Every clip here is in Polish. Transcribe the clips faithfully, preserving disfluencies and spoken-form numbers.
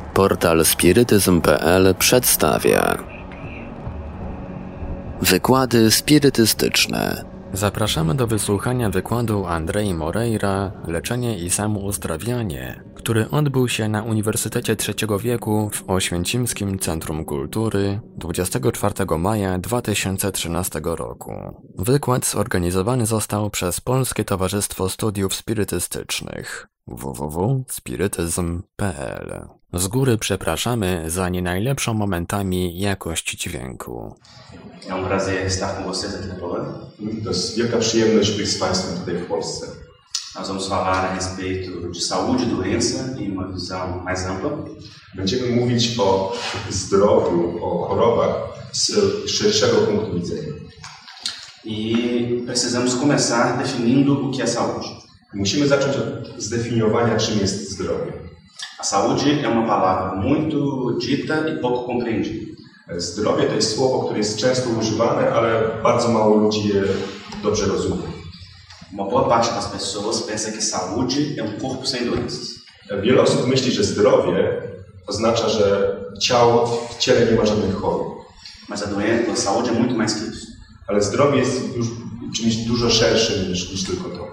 Portal spirytyzm kropka p l przedstawia wykłady spirytystyczne. Zapraszamy do wysłuchania wykładu Andrei Moreira Leczenie i samouzdrawianie, który odbył się na Uniwersytecie Trzeciego Wieku w Oświęcimskim Centrum Kultury dwudziestego czwartego maja dwa tysiące trzynastego roku. Wykład zorganizowany został przez Polskie Towarzystwo Studiów Spirytystycznych w w w kropka spirytyzm kropka p l. Z góry przepraszamy za nie najlepszą momentami jakość dźwięku. É um prazer estar com vocês aqui na Polônia. To jest wielka przyjemność być z Państwem tutaj w Polsce. Nós vamos falar a respeito de saúde e doença em uma visão mais ampla. Będziemy mówić o zdrowiu, o chorobach z szerszego punktu widzenia. E precisamos começar definindo o que é saúde. Musimy zacząć od zdefiniowania, czym jest zdrowie. A saúde é uma palavra muito dita e pouco compreendida. Zdrowie to jest słowo, które jest często używane, ale bardzo mało ludzi je dobrze rozumie. Uma boa parte das pessoas pensa que saúde é um corpo sem doenças. Wiele osób myśli, że zdrowie oznacza, że ciało, w ciele nie ma żadnych chorób. Mas a doença, a saúde é muito mais que isso. Ale zdrowie jest już czymś dużo szerszym niż, niż tylko to.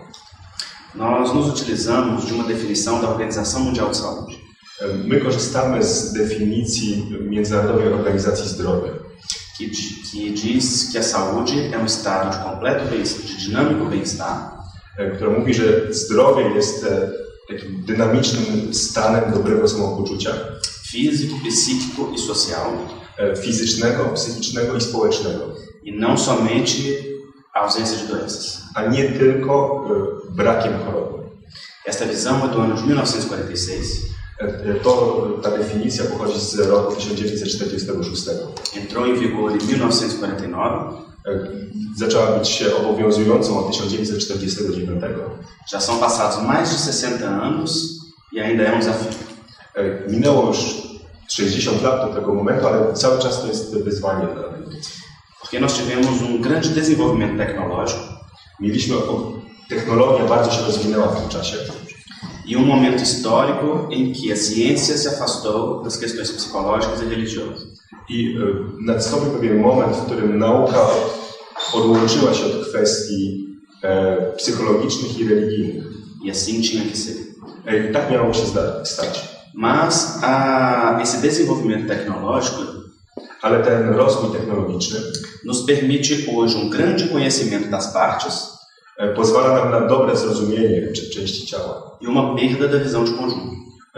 Nós nos utilizamos de uma definição da Organização Mundial de Saúde. My korzystamy z definicji Międzynarodowej Organizacji Zdrowia, que, que diz que a saúde é um estado de completo bem-estar, de dinâmico bem-estar, która mówi, że zdrowie jest takim dynamicznym stanem dobrego samopoczucia, físico, psíquico e social, fizycznego, psychicznego i społecznego, e não somente a ausência de doenças. A nie tylko brakiem choroby. Esta visão é do ano de mil novecentos e quarenta e seis. To, ta definicja pochodzi z roku tysiąc dziewięćset czterdziestego szóstego. Entrou em vigor em mil novecentos e quarenta e nove. Zaczęła być obowiązującą od tysiąc dziewięćset czterdziestego dziewiątego. Já são passados mais de sessenta anos e ainda é um desafio. Minęło już sześćdziesiąt lat do tego momentu, ale cały czas to jest wyzwanie dla medycyny. Porque nós tivemos um grande desenvolvimento tecnológico. Mieliśmy, technologia bardzo się rozwinęła w tym czasie. E um momento histórico em que a ciência se afastou das questões psicológicas e religiosas. I nastąpił pewien moment, w którym nauka odłączyła się od kwestii e, psychologicznych i religijnych. E assim tinha que ser. I tak miało się stać. Mas a, esse desenvolvimento tecnológico, ale ten rozwój technologiczny nos permite hoje um grande conhecimento das partes, pozwala nam na dobre zrozumienie części ciała e uma perda da visão de conjunto.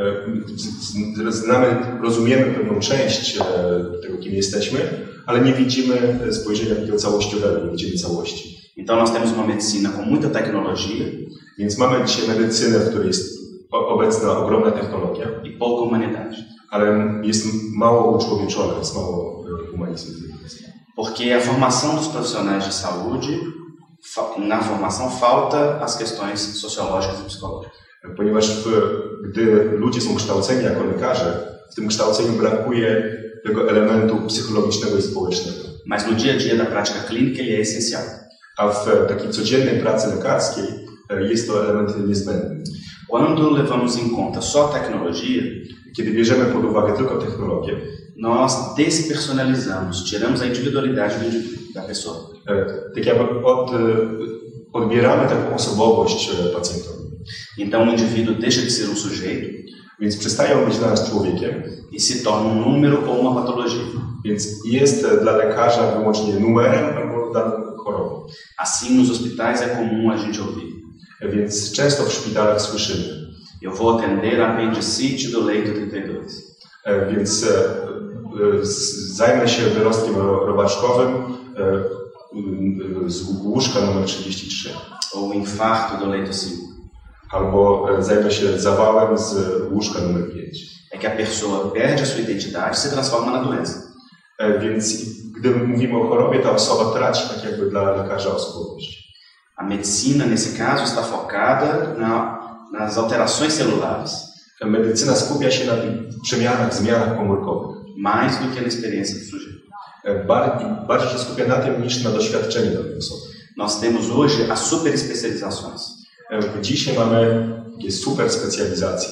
Znamy, rozumiemy pewną część tego, kim jesteśmy, ale nie widzimy spojrzenia takiego całościowego, nie widzimy całości. Então nós temos uma medicina com muita tecnologia, więc mamy dzisiaj medycynę, w której jest obecna ogromna technologia i pouca humanidade. Ale jest mało uczłowieczone, jest mało humanizmu. Porque a formação dos profissionais de saúde, na formação falta as questões sociológicas e psicológicas. Ponieważ w, gdy ludzie są kształceni jako lekarze, w tym kształceniu brakuje tego elementu psychologicznego i społecznego. Mas no dia a dia da prática clínica ele é essencial. A w takiej codziennej pracy lekarskiej jest to element niezbędny. Quando levamos em conta só tecnologia, kiedy bierzemy pod uwagę tylko technologię, nós despersonalizamos, tiramos a individualidade do indivíduo, da pessoa. Tak jakby od, odbieramy taką osobowość pacjentowi. Então o indivíduo deixa de ser um sujeito, więc przestaje on być dla nas człowiekiem, e se torna um número ou uma patologia. Więc jest dla lekarza wyłącznie numerem albo daną chorobą. Assim nos hospitais é comum a gente ouvir. Więc często w szpitalach słyszymy: eu vou atender a apendicite do leito trzydzieści dwa. Więc zajmę się wyrostkiem robaczkowym z łóżka numer trzydzieści trzy. Ou infarto do leito cinco. Albo zajmę się zawałem z łóżka numer pięć. É que a pessoa perde a sua identidade e se transforma na doença. Więc gdy mówimy o chorobie, ta osoba traci tak jakby dla lekarza osobowość. A medicina, nesse caso, está focada na, nas alterações celulares. Medycyna skupia się na tych przemianach, zmianach komórkowych. Mais do que na experiência do sujeito. Bardziej, bardziej się skupia na tym niż na doświadczeniu danej osoby. Nós temos hoje as superespecializações. Dzisiaj mamy takie super specjalizacje.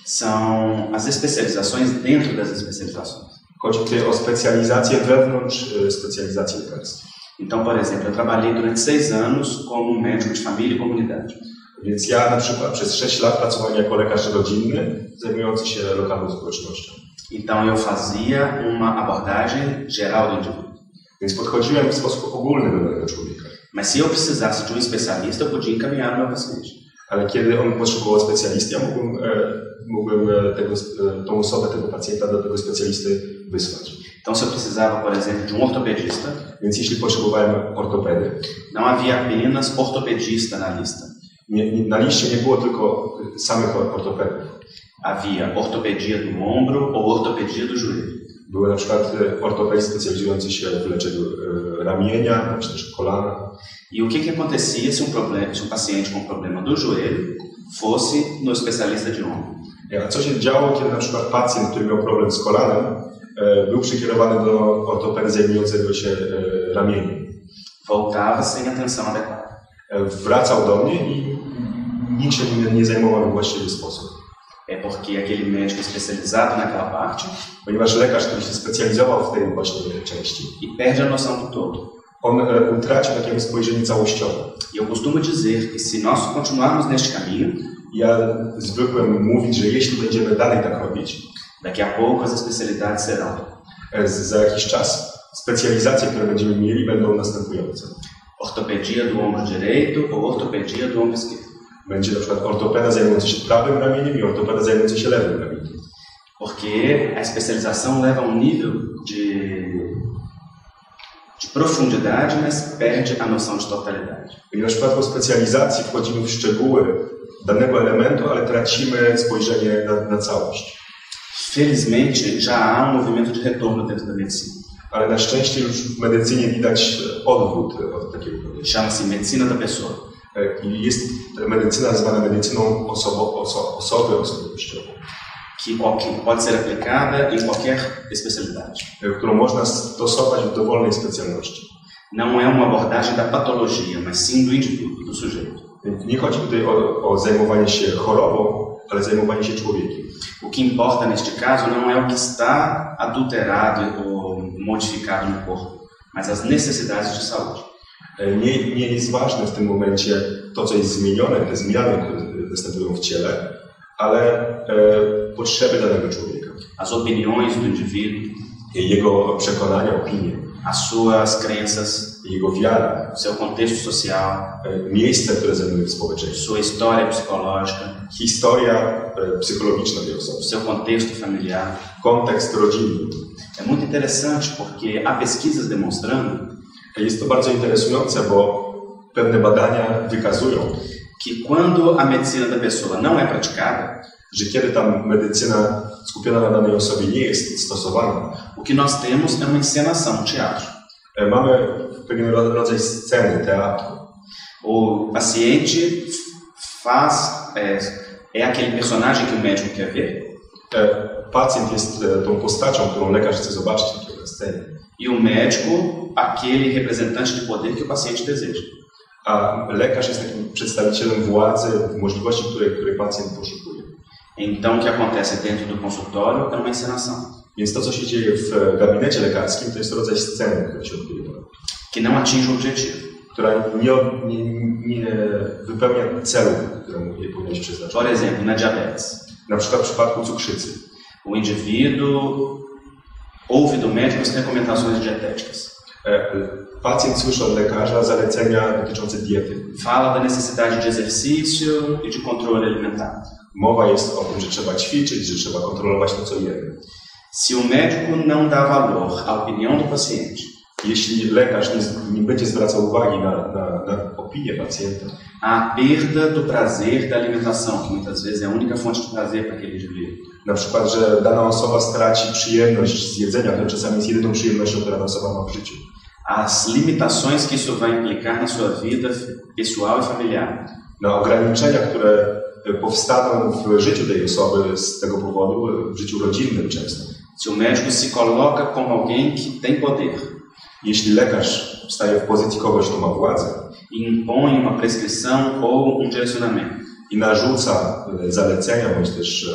são as especializações dentro das especializações. Chodzi tutaj o specjalizację wewnątrz specjalizacji lekarskiej. Então, por exemplo, eu trabalhei durante seis anos como médico de família e comunidade. Więc ja na przykład przez sześć lat pracowałem jako lekarz rodzinny zajmujący się lokalną społecznością. Então eu fazia uma abordagem geral do indivíduo. Więc podchodziłem w sposób ogólny do danego człowieka. Mas se eu precisasse de um especialista, eu podia encaminhar o meu paciente. Ale kiedy on potrzebował specjalisty, ja mógłbym, e, mógłbym tego, e, tą osobę, tego pacjenta do tego specjalisty wysłać. Então se eu precisava, por exemplo, de um ortopedista, więc jeśli potrzebowałem ortopedy, não havia apenas ortopedista na lista. Nie, nie, na liście nie było tylko samych ortopedów. Havia ortopedia do ombro ou ortopedia do joelho. Były na przykład ortopedzi specjalizujący się w leczeniu e, ramienia, czy też kolana. E o que que acontecia se um problema, se um paciente com problema do joelho fosse no especialista de ombro? A co się działo, kiedy na przykład pacjent, który miał problem z kolanem, e, był przekierowany do ortopedy zajmującego się e, ramieniem? Voltava sem atenção adequada. E, wracał do mnie i nikt się nim nie zajmował w właściwy sposób. É porque aquele médico especializado naquela parte, ponieważ lekarz, który się specjalizował w tej właśnie części, e perde a noção do todo. On e, utracił takie spojrzenie całościowe. E eu costumo dizer que se nós continuarmos neste caminho, ja zwykłem mówić, że jeśli będziemy dalej tak robić, daqui a pouco as especialidades serão. E, za jakiś czas specjalizacje, które będziemy mieli, będą następujące. Ortopedia do ombro direito ou ortopedia do ombro esquerdo. Będzie na przykład ortopeda zajmujący się prawym ramieniem i ortopeda zajmujący się lewym ramieniem. Porque a especialização leva a um nível de, de profundidade, mas perde a noção de totalidade. Ponieważ w przypadku specjalizacji wchodzimy w szczegóły danego elementu, ale tracimy spojrzenie na, na całość. Felizmente, já há um movimento de retorno dentro da medicina. Ale na szczęście już w medycynie widać odwrót od takiego podejścia. Chama-se medicina da pessoa. Jest medycyna zwana medycyną osobo, oso, osoby osobowościową. Que pode ser aplicada em qualquer especialidade. Którą można stosować w dowolnej specjalności. Não é uma abordagem da patologia, mas sim do indivíduo, do sujeito. Nie chodzi tutaj o, o zajmowanie się chorobą, ale zajmowanie się człowiekiem. O que importa neste caso não é o que está adulterado ou modificado no corpo, mas as necessidades de saúde. Nie, nie jest ważne w tym momencie to, co jest zmienione, te zmiany, które występują w ciele, ale e, potrzeby danego człowieka. As opiniões do indivíduo, jego przekonania, opinie, as suas crenças, jego wiara, seu contexto social, e, miejsce, które zajmuje w społeczeństwie, sua história psicológica, historia e, psychologiczna tej osoby, seu contexto familiar, kontekst rodzinny. É muito interessante porque há pesquisas demonstrando. Jest to bardzo interesujące, bo pewne badania wykazują, que quando a medicina da pessoa não é praticada, że kiedy ta medycyna skupiona na danej osobie nie jest stosowana, o que nós temos é uma encenação, um teatro. Mamy pewien rodzaj sceny, teatru. O paciente faz, é, é aquele personagem que o médico quer ver. Pacjent jest tą postacią, którą lekarz chce zobaczyć na scenie. E o médico, aquele representante de poder que o paciente deseja. A lekarz jest takim przedstawicielem władzy, możliwości, której, której pacjent poszukuje. Então, o que acontece dentro do consultório é uma encenação. Więc to, co się dzieje w gabinecie lekarskim, to jest rodzaj sceny, która się odgrywa. Que não atinge o objetivo. Która nie, nie, nie wypełnia celu, któremu je powinno się przeznaczyć. Por exemplo, na diabetes. Na przykład w przypadku cukrzycy. O indivíduo ouve do médico as recomendações dietéticas. Pacjent słyszy od lekarza zalecenia dotyczące diety. Fala da necessidade de exercício e de controle alimentar. Mowa jest o tym, że trzeba ćwiczyć, że trzeba kontrolować to, co jemy. Se o médico não dá valor à opinião do paciente, jeśli lekarz nie, nie będzie zwracał uwagi na, na, na opinię pacjenta, a perda do prazer da alimentação, que muitas vezes é a única fonte de prazer para aquele indivíduo. Na przykład, że dana osoba straci przyjemność z jedzenia, to czasami jest jedyną przyjemnością, którą dana osoba ma w życiu. As limitações que isso vai implicar na sua vida pessoal e familiar. Na ograniczenia, które powstaną w życiu tej osoby z tego powodu, w życiu rodzinnym często. Se o médico se coloca como alguém que tem poder. Jeśli lekarz staje w pozycji kogoś, kto ma władzę, impõe uma prescrição ou um direcionamento, i narzuca zalecenia bądź też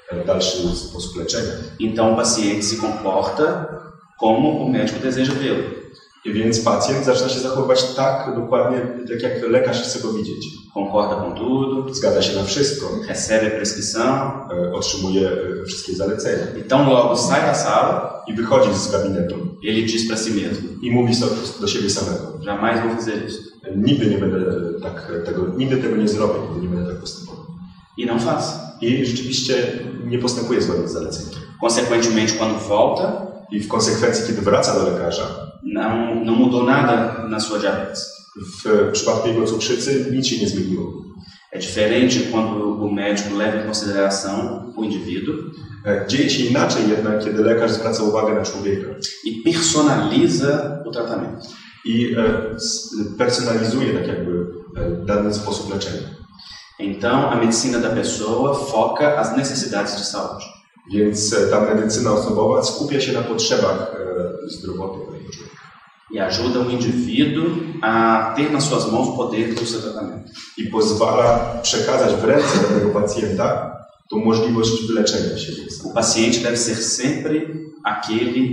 dalszy sposób leczenia. Então o paciente se comporta como o médico deseja vê-lo. I więc pacjent zaczyna się zachowywać tak dokładnie, tak jak lekarz chce go widzieć. Concorda com tudo, Zgadza się na wszystko, recebe a prescrição, otrzymuje wszystkie zalecenia. e tão logo sai da sala, I wychodzi z gabinetu ele diz para si mesmo: i mówi sobie do siebie samego. jamais vou fazer isso. Nigdy nie będę tak tego, nigdy tego nie zrobię, nigdy nie będę tak postępował. E não faz. I rzeczywiście nie postępuje zgodnie z zaleceniami. Consequentemente, quando volta, I w konsekwencji, kiedy wraca do lekarza, não, não mudou nada na sua diabetes. w przypadku jego cukrzycy nic się nie zmieniło. É diferente quando o médico leva em consideração o indivíduo Dzieje się inaczej jednak, kiedy lekarz zwraca uwagę na człowieka e personaliza o tratamento. i personalizuje tak jakby dany sposób leczenia. Então, a medicina da pessoa foca as necessidades de saúde. Więc ta medycyna osobowa skupia się na potrzebach zdrowotnych tego człowieka. E ajuda o indivíduo a ter nas suas mãos o poder do seu tratamento. I pozwala przekazać w ręce danego pacjenta tą możliwość wyleczenia się. O paciente deve ser sempre aquele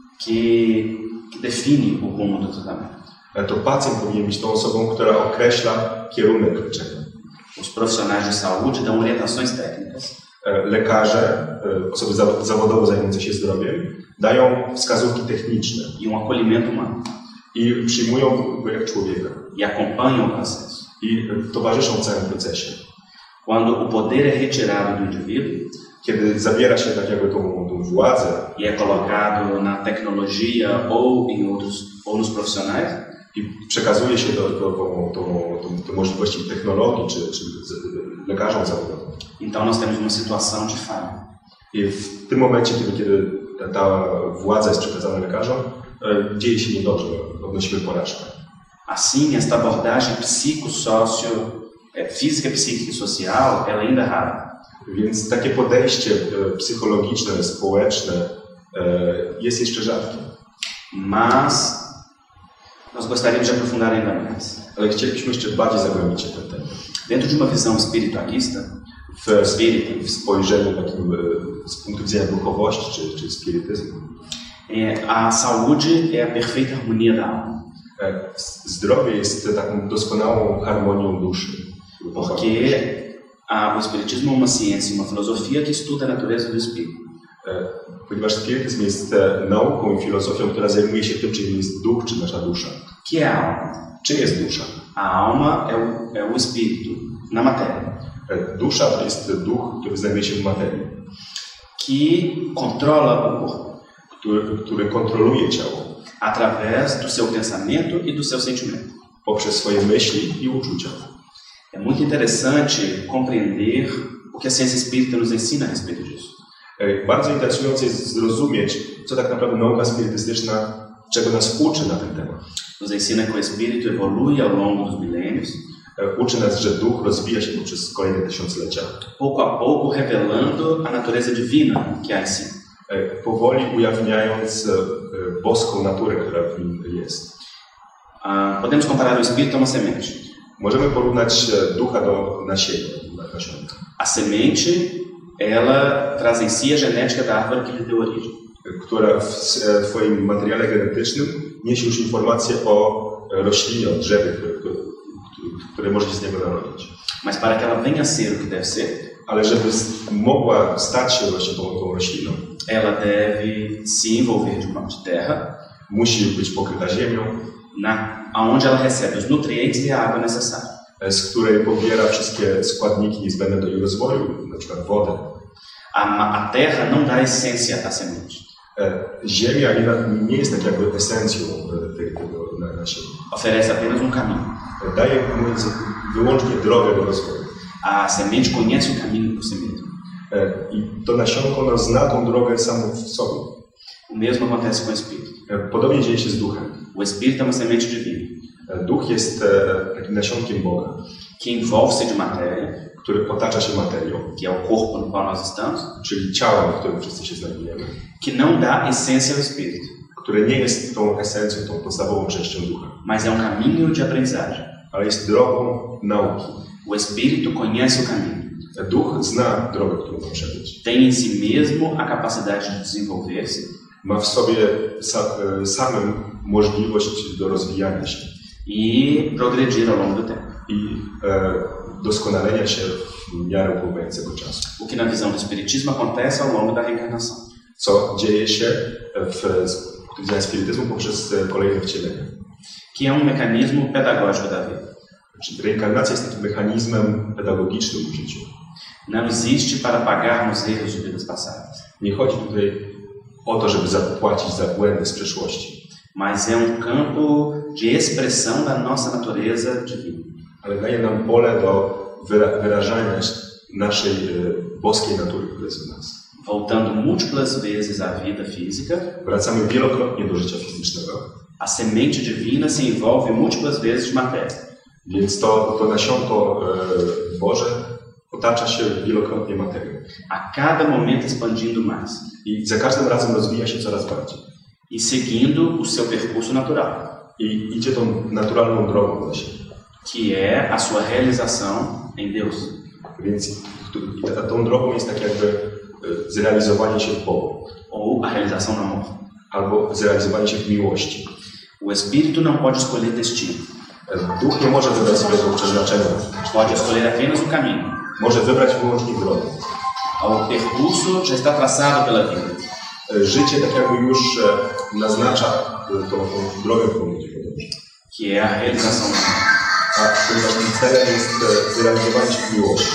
que, que define o rumo do tratamento. To pacjent powinien być tą osobą, która określa kierunek leczenia. Os profissionais de saúde dão orientações técnicas. Lekarze, osoby zawodowo zajmujące się zdrowiem, dają wskazówki techniczne E um acolhimento humano. i przyjmują go jak człowieka E acompanham o processo. i towarzyszą w całym procesie. Quando o poder é retirado do indivíduo Kiedy zabiera się tak jakby tą, tą władzę e é colocado na tecnologia ou em outros ou nos profissionais, i przekazuje się do, do, do, do, do, do możliwości technologii czy, czy z, lekarzom zawodowym. então nós temos uma situação de falha. I w tym momencie, kiedy, kiedy ta, ta władza jest przekazana lekarzom, e, dzieje się niedobrze, odnosimy porażkę. Assim, esta abordagem psicossócio, é, física, psíquica e social, ela ainda é rara. Więc takie podejście e, psychologiczne, społeczne e, jest jeszcze rzadkie. Mas nós gostaríamos de aprofundar ainda mais. Ale chcielibyśmy jeszcze bardziej zagłębić się w ten temat. Dentro de uma visão espiritualista, W, spiryt, w spojrzeniu takim e, z punktu widzenia duchowości czy, czy spirytyzmu, é, a saúde é a perfeita harmonia da alma. e, zdrowie jest taką doskonałą harmonią duszy. Porque a, o espiritismo é uma ciência, uma filosofia que estuda a natureza do espírito. E, ponieważ spirytyzm jest e, nauką i filozofią, która zajmuje się tym, czym jest duch czy nasza dusza. Que é a alma? Czym jest dusza? A alma é o, é o espírito na matéria, E, dusza to jest duch, który znajduje się w materii, que controla o corpo który, który kontroluje ciało através do seu pensamento e do seu sentimento. poprzez swoje myśli i uczucia. É muito interessante compreender o que a ciência espírita nos ensina a respeito disso. E, bardzo interesujące jest zrozumieć, co tak naprawdę nauka spirytystyczna, czego nas uczy na ten temat. Nos ensina que o espírito evolui ao longo dos milênios, E, uczy nas, że duch rozwija się poprzez kolejne tysiąclecia, pouco a pouco revelando a natureza divina que há em si. e, powoli ujawniając e, e, boską naturę, która w nim jest. Ah, podemos comparar o espírito a uma semente. Możemy porównać e, ducha do nasienia, do nasionka. A semente, ela traz em si a genética da árvore que lhe deu origem. Która w e, Twoim materiale genetycznym niesie już informacje o e, roślinie, o drzewie, które, które, które może się z niego narodzić. Mas para que ela venha a ser o que deve ser, Ale żeby z, mogła stać się właśnie tą, tą rośliną, ela deve se envolver de uma de terra, musi być pokryta ziemią, na, aonde ela recebe os nutrientes e a água necessária. e, z której pobiera wszystkie składniki niezbędne do jej rozwoju, na przykład wodę. A, ma- a terra não dá essência à semente. E, Ziemia nie, nie jest tak jakby esencją e, tej- tego na- nasienia. Oferece apenas um caminho. E, Daje mówiąc, wyłącznie drogę do rozwoju. A semente conhece o caminho por si mesma. E, I to nasionko no, zna tą drogę samo w sobie. O mesmo acontece com o espírito. E, Podobnie dzieje się z duchem. O espírito é uma semente divina, E, Duch jest e, takim nasionkiem Boga, que envolve-se de matéria, który otacza się materią, que é o corpo no qual nós estamos, czyli ciałem, w którym wszyscy się znajdujemy, que não dá essência ao espírito, które nie jest tą esencją, tą podstawową częścią ducha, mas é um caminho de aprendizagem. ale jest drogą nauki. O espírito conhece o caminho. Duch zna drogę, którą ma przebyć. Tem em si mesmo a capacidade de desenvolver-se. Ma w sobie sa, samym możliwość do rozwijania się. E progredir ao longo do tempo. I e, doskonalenia się w miarę upływającego czasu. O que na visão do espiritismo acontece ao longo da reencarnação. Co dzieje się w utilizowaniu spirytyzmu poprzez kolejne wcielenia. Que é um mecanismo pedagógico da vida. Czyli reinkarnacja jest takim mechanizmem pedagogicznym w życiu. Não existe para pagarmos erros de vidas passadas. Nie chodzi tutaj o to, żeby zapłacić za błędy z przeszłości. Mas é um campo de expressão da nossa natureza divina. Ale daje nam pole do wyra wyrażania naszej e, boskiej natury, która jest w nas. Voltando múltiplas vezes à vida física, wracamy wielokrotnie do życia fizycznego. A semente divina se envolve múltiplas vezes de matéria. Więc to, to nasionko e, Boże otacza się wielokrotnie materią. A cada momento expandindo mais. I za każdym razem rozwija się coraz bardziej. E seguindo o seu percurso natural. I idzie tą naturalną drogą dla siebie. Que é a sua realização em Deus. Więc ta, tą drogą jest tak jakby zrealizowanie się w Bogu. Ou a realização no amor. Albo zrealizowanie się w miłości. O espírito não pode escolher destino. Duch nie może wybrać swojego przeznaczenia. Pode escolher apenas o caminho. Może wybrać wyłącznie drogę. O percurso já está traçado pela vida. Życie tak jakby już naznacza tą, tą drogę, którą będzie podążać. Que é a realização. A ponieważ tym celem jest zrealizowanie się w miłości.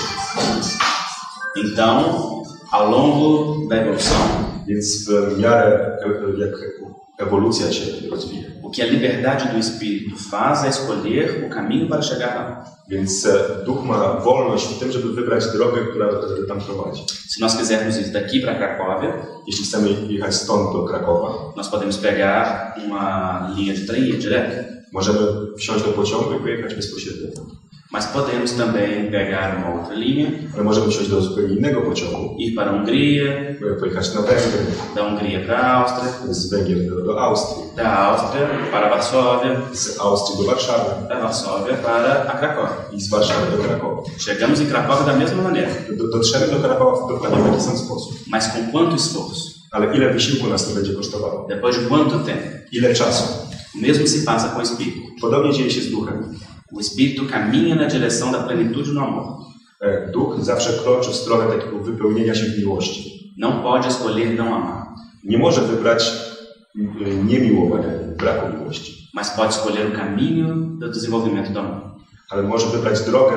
Então, ao longo da evolução, więc w miarę jak ewolucja się rozwija. O que a liberdade do espírito faz é escolher o caminho para chegar lá. Więc duch ma wolność w tym, żeby wybrać drogę, która tam prowadzi. Se nós quisermos ir daqui para Cracóvia, jeśli chcemy jechać stąd do Krakowa, nós podemos pegar uma linha de trem direto. Możemy wsiąść do pociągu i pojechać bezpośrednio. Mas podemos também pegar uma outra linha. Ale możemy wsiąść do zupełnie innego pociągu. Ir para a Hungria. Pojechać na Węgry. Da Hungria para a Áustria. Z Węgier do, do Austrii. Da Áustria para Varsóvia. Z Austrii do Warszawy. Da Varsóvia para a Cracóvia. I z Warszawy do Krakowa. Chegamos em Cracóvia da mesma maneira. Do, dotrzemy do Krakowa w dokładnie w taki sam sposób. Mas com quanto esforço? Ale ile wysiłku nas to będzie kosztowało? Depois de quanto tempo? Ile czasu? O mesmo se passa com o espírito. Podobnie dzieje się z duchem. O espírito caminha na direção da plenitude no amor. Duch zawsze kroczy w stronę takiego wypełnienia się w miłości. Não pode escolher não amar. Nie może wybrać niemiłowania, braku miłości. Mas pode escolher o caminho do desenvolvimento do amor. Ale może wybrać drogę,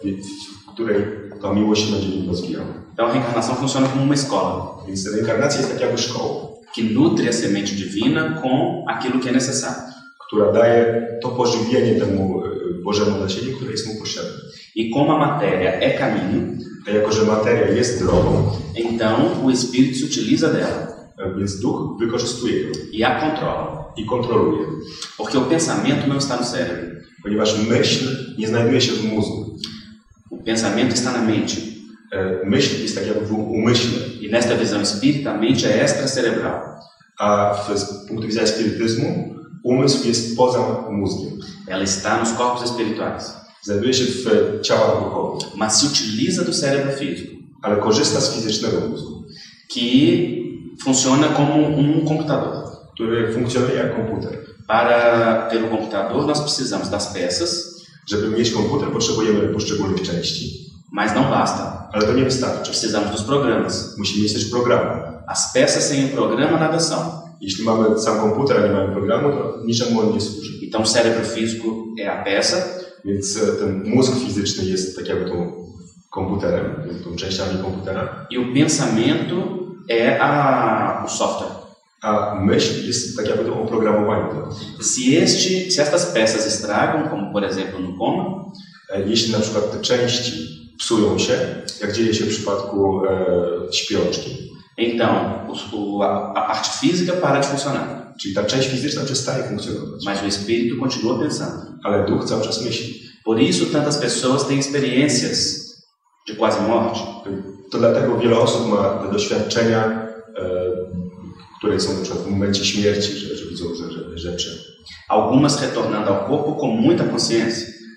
w której ta miłość się będzie nim rozwijała. Então a reencarnação funciona como uma escola. Więc reinkarnacja jest tak jakby szkołą. Que nutre a semente divina com aquilo que é necessário. Która daje to pożywienie temu Bożemu nasieniu, które jest mu potrzebne. E como a matéria é caminho, a jako że materia jest drogą, então o espírito se utiliza dela. Więc duch wykorzystuje ją. E a controla. I kontroluje. Porque o pensamento não está no cérebro. Ponieważ myśl nie znajduje się w mózgu. O pensamento está na mente. Myśl jest tak jakby w umyśle. E nesta visão espírita, a mente é extracerebral. A z punktu widzenia spirytyzmu umysł jest poza mózgiem. Ela está nos corpos espirituais. Znajduje się w ciałach duchowych. Mas se utiliza do cérebro físico. Ale korzysta z fizycznego mózgu. Que funciona como um computador. Który funkcjonuje jak komputer. Para ter o computador, nós precisamos das peças. Żeby mieć komputer, potrzebujemy poszczególnych części. Mas não basta. Ale to nie wystarczy. Precisamos dos programas. Musimy mieć też programy. As peças sem o programa nada são. Jeśli mamy sam komputer, a nie mamy programu, to niczemu on nie służy. Então o cérebro físico é a peça. Więc ten mózg fizyczny jest tak jakby tą komputerem, tą częściami komputera. E o pensamento é a, o software. A myśl jest tak jakby to oprogramowanie. Se, este, se estas peças estragam, como por exemplo no coma, jeśli na przykład te części psują się, jak dzieje się w przypadku e, śpiączki, então o, a, a parte física para de funcionar. Czyli ta część fizyczna przestaje funkcjonować. Mas o espírito continua pensando. Ale duch cały czas myśli. Por isso tantas pessoas têm experiências de quase morte. To dlatego wiele osób ma te doświadczenia, e, które są na przykład w momencie śmierci, że, że widzą że, że, rzeczy. Algumas retornando ao corpo com muita consciência.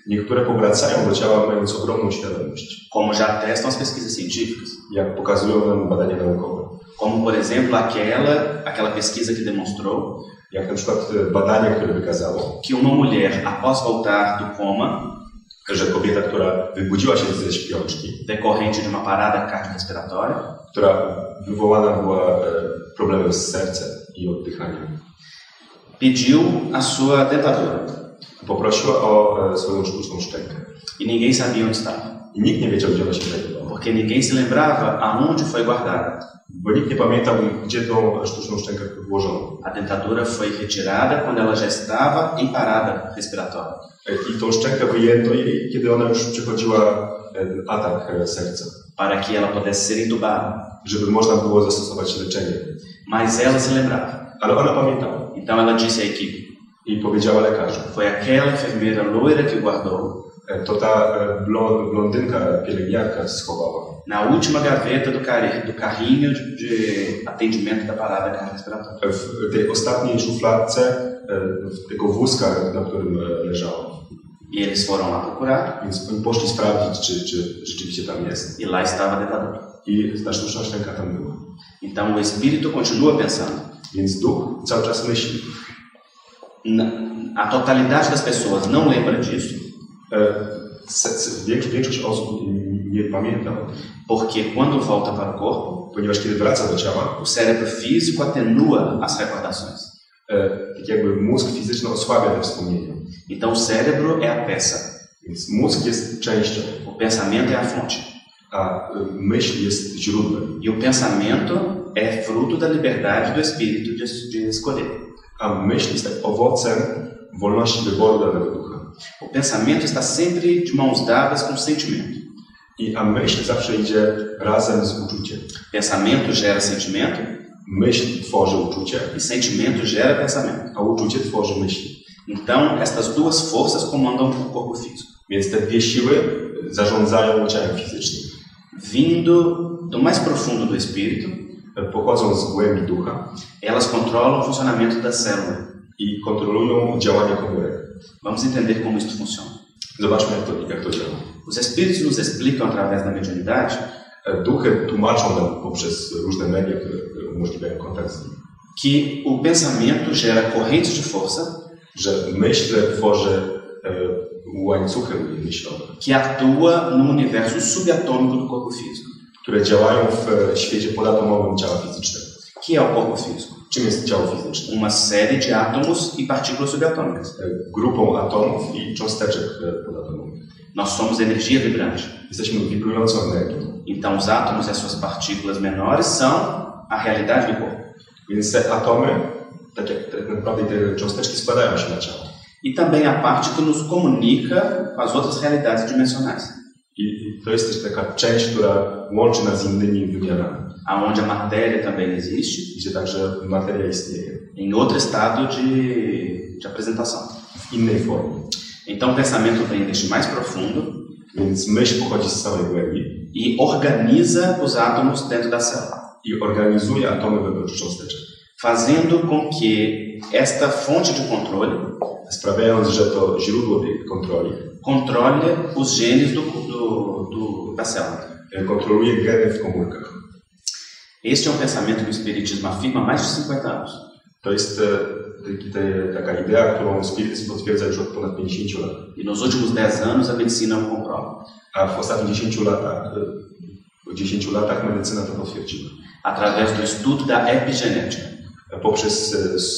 Niektóre powracają do ciała mając ogromną świadomość. Como já atestam as pesquisas científicas. Jak pokazują nam badania naukowe. Como, por exemplo, aquela, aquela pesquisa que demonstrou jak na przykład badanie, które wykazało, que uma mulher, após voltar do coma, że kobieta, która wybudziła się ze śpiączki, decorrente de uma parada cardiorrespiratória, która wywołana była problemem z sercem i oddychaniem, pediu a sua dentadura. Poprosiła o swoją sztuczną szczękę. E ninguém sabia onde estava. I nikt nie wiedział, gdzie ona się znajdowała. Porque ninguém se lembrava aonde foi guardada. Bo nikt nie pamiętał, gdzie tą sztuczną szczękę włożono. A dentadura foi retirada quando ela já estava em parada respiratória. I tą szczękę wyjęto jej, kiedy ona już przechodziła atak serca. Para que ela pudesse ser entubada. Żeby można było zastosować leczenie. Mas ela se lembrava. Ale ona pamiętała. Então ela disse à equipe. I powiedziała lekarzom. Foi aquela enfermeira loira que guardou. To ta blondynka, pielęgniarka schowała. Na última gaveta do, car do carrinho de, de atendimento da parada cardiorrespiratória. W tej ostatniej szufladce tego wózka, na którym leżała. E eles foram lá procurar. Więc oni poszli sprawdzić, czy, czy rzeczywiście tam jest. E lá estava a dentadura. I ta sztuczna szczęka tam była. Então o espírito continua pensando. Więc duch cały czas myśli. A totalidade das pessoas não lembra disso. Większość osób nie pamięta o tym. Porque quando volta para o corpo, ponieważ kiedy wraca do ciała, o cérebro físico atenua as recordações. Tak jakby mózg fizyczny osłabia te wspomnienia. Então o cérebro é a peça. Więc mózg jest częścią. O pensamento é a fonte. A myśl jest źródłem. E o pensamento é fruto da liberdade do espírito de, de escolher. A myśl jest tak owocem wolności wyboru danego ducha. O pensamento está sempre de mãos dadas com o sentimento. I a myśl zawsze idzie razem z uczuciem. Pensamento gera sentimento. Myśl tworzy uczucie. E sentimento gera pensamento. A uczucie tworzy myśli. Então, estas duas forças comandam o corpo físico. Więc te dwie siły zarządzają ciałem fizycznym. Vindo do mais profundo do espírito, pochodzą z głębi ducha. Elas controlam o funcionamento da célula. I kontrolują działanie komórek. Vamos entender como isso funciona. Zobaczmy, jak to, jak to działa. Os espíritos nos explicam através da mediunidade. Duchy tłumaczą nam poprzez różne media, które umożliwiają kontakt z nim. Que o pensamento gera correntes de força. Że myśl tworzy e, łańcuchy myślowe. Que atua no universo subatômico do corpo físico. Które działają w świecie podatomowym ciała fizycznego. Que é o corpo físico? Czym jest ciało fizyczne? Uma série de átomos e partículas subatômicas. Grupą atomów i cząsteczek podatomowych. Nós somos energia vibrante. Jesteśmy wibrującą energią. Então os átomos e as suas partículas menores são a realidade do corpo. Więc te atomy, tak jak tak naprawdę te cząsteczki składają się na ciało. E também a parte que nos comunica com as outras realidades dimensionais. I to jest też taka część, która łączy nas z innymi wymiarami. Aonde a matéria também existe. Gdzie także materia istnieje. Em outro estado de, de apresentação. W innej formie. Então o pensamento vem deste mais profundo. Więc myśl pochodzi z samej głębi. E organiza os átomos dentro da célula. I organizuje atomy wewnątrz cząsteczek. Fazendo com que esta fonte de controle, sprawiając, że to źródło tej kontroli, controle os genes do, do, do, da célula. Kontroluje geny w komórkach. Este é um pensamento que o espiritismo afirma há mais de cinquenta anos. To jest te, te, taka idea, którą spirytyzm potwierdza już od ponad pięćdziesięciu lat. E nos últimos dez anos a medicina o comprova. A w ostatnich dziesięciu latach, w dziesięciu latach medycyna to potwierdziła. Através do estudo da epigenética. Poprzez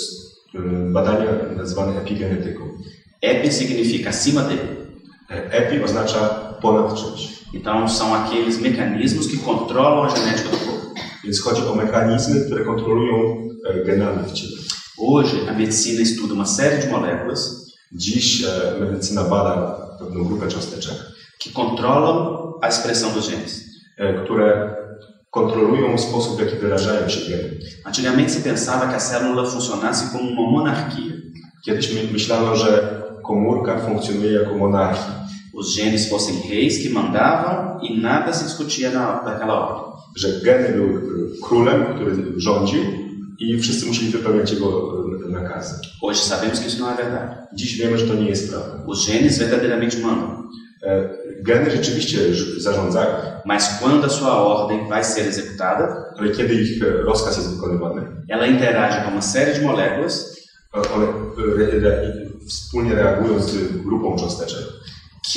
badania nazywane epigenetyką. Epi significa acima de. Epi oznacza ponad czymś. Então são aqueles mecanismos que controlam a genética do corpo. Więc chodzi o mechanizmy, które kontrolują genami w ciele. Hoje a medycyna estuda uma série de moléculas. Dziś medycyna bada pewną grupę cząsteczek, que controlam a expressão dos genes. Które kontrolują sposób, w jaki wyrażają się geny. Antigamente se pensava que a célula funcionasse como uma monarquia. Kiedyś myślano, że komórka funkcjonuje jako monarchia. Os genes fossem reis que mandavam e nada se discutia na, naquela ordem. Że geny były królem, który rządził i wszyscy musieli wypełniać jego nakazy. Hoje sabemos que isso não é verdade. Dziś wiemy, że to nie jest prawda. Os genes verdadeiramente mandam. Geny rzeczywiście zarządzają. Mas quando a sua ordem vai ser executada, ale kiedy ich rozkaz jest wykonywany, ela interage com uma série de moléculas, one re, re, wspólnie reagują z grupą cząsteczek, que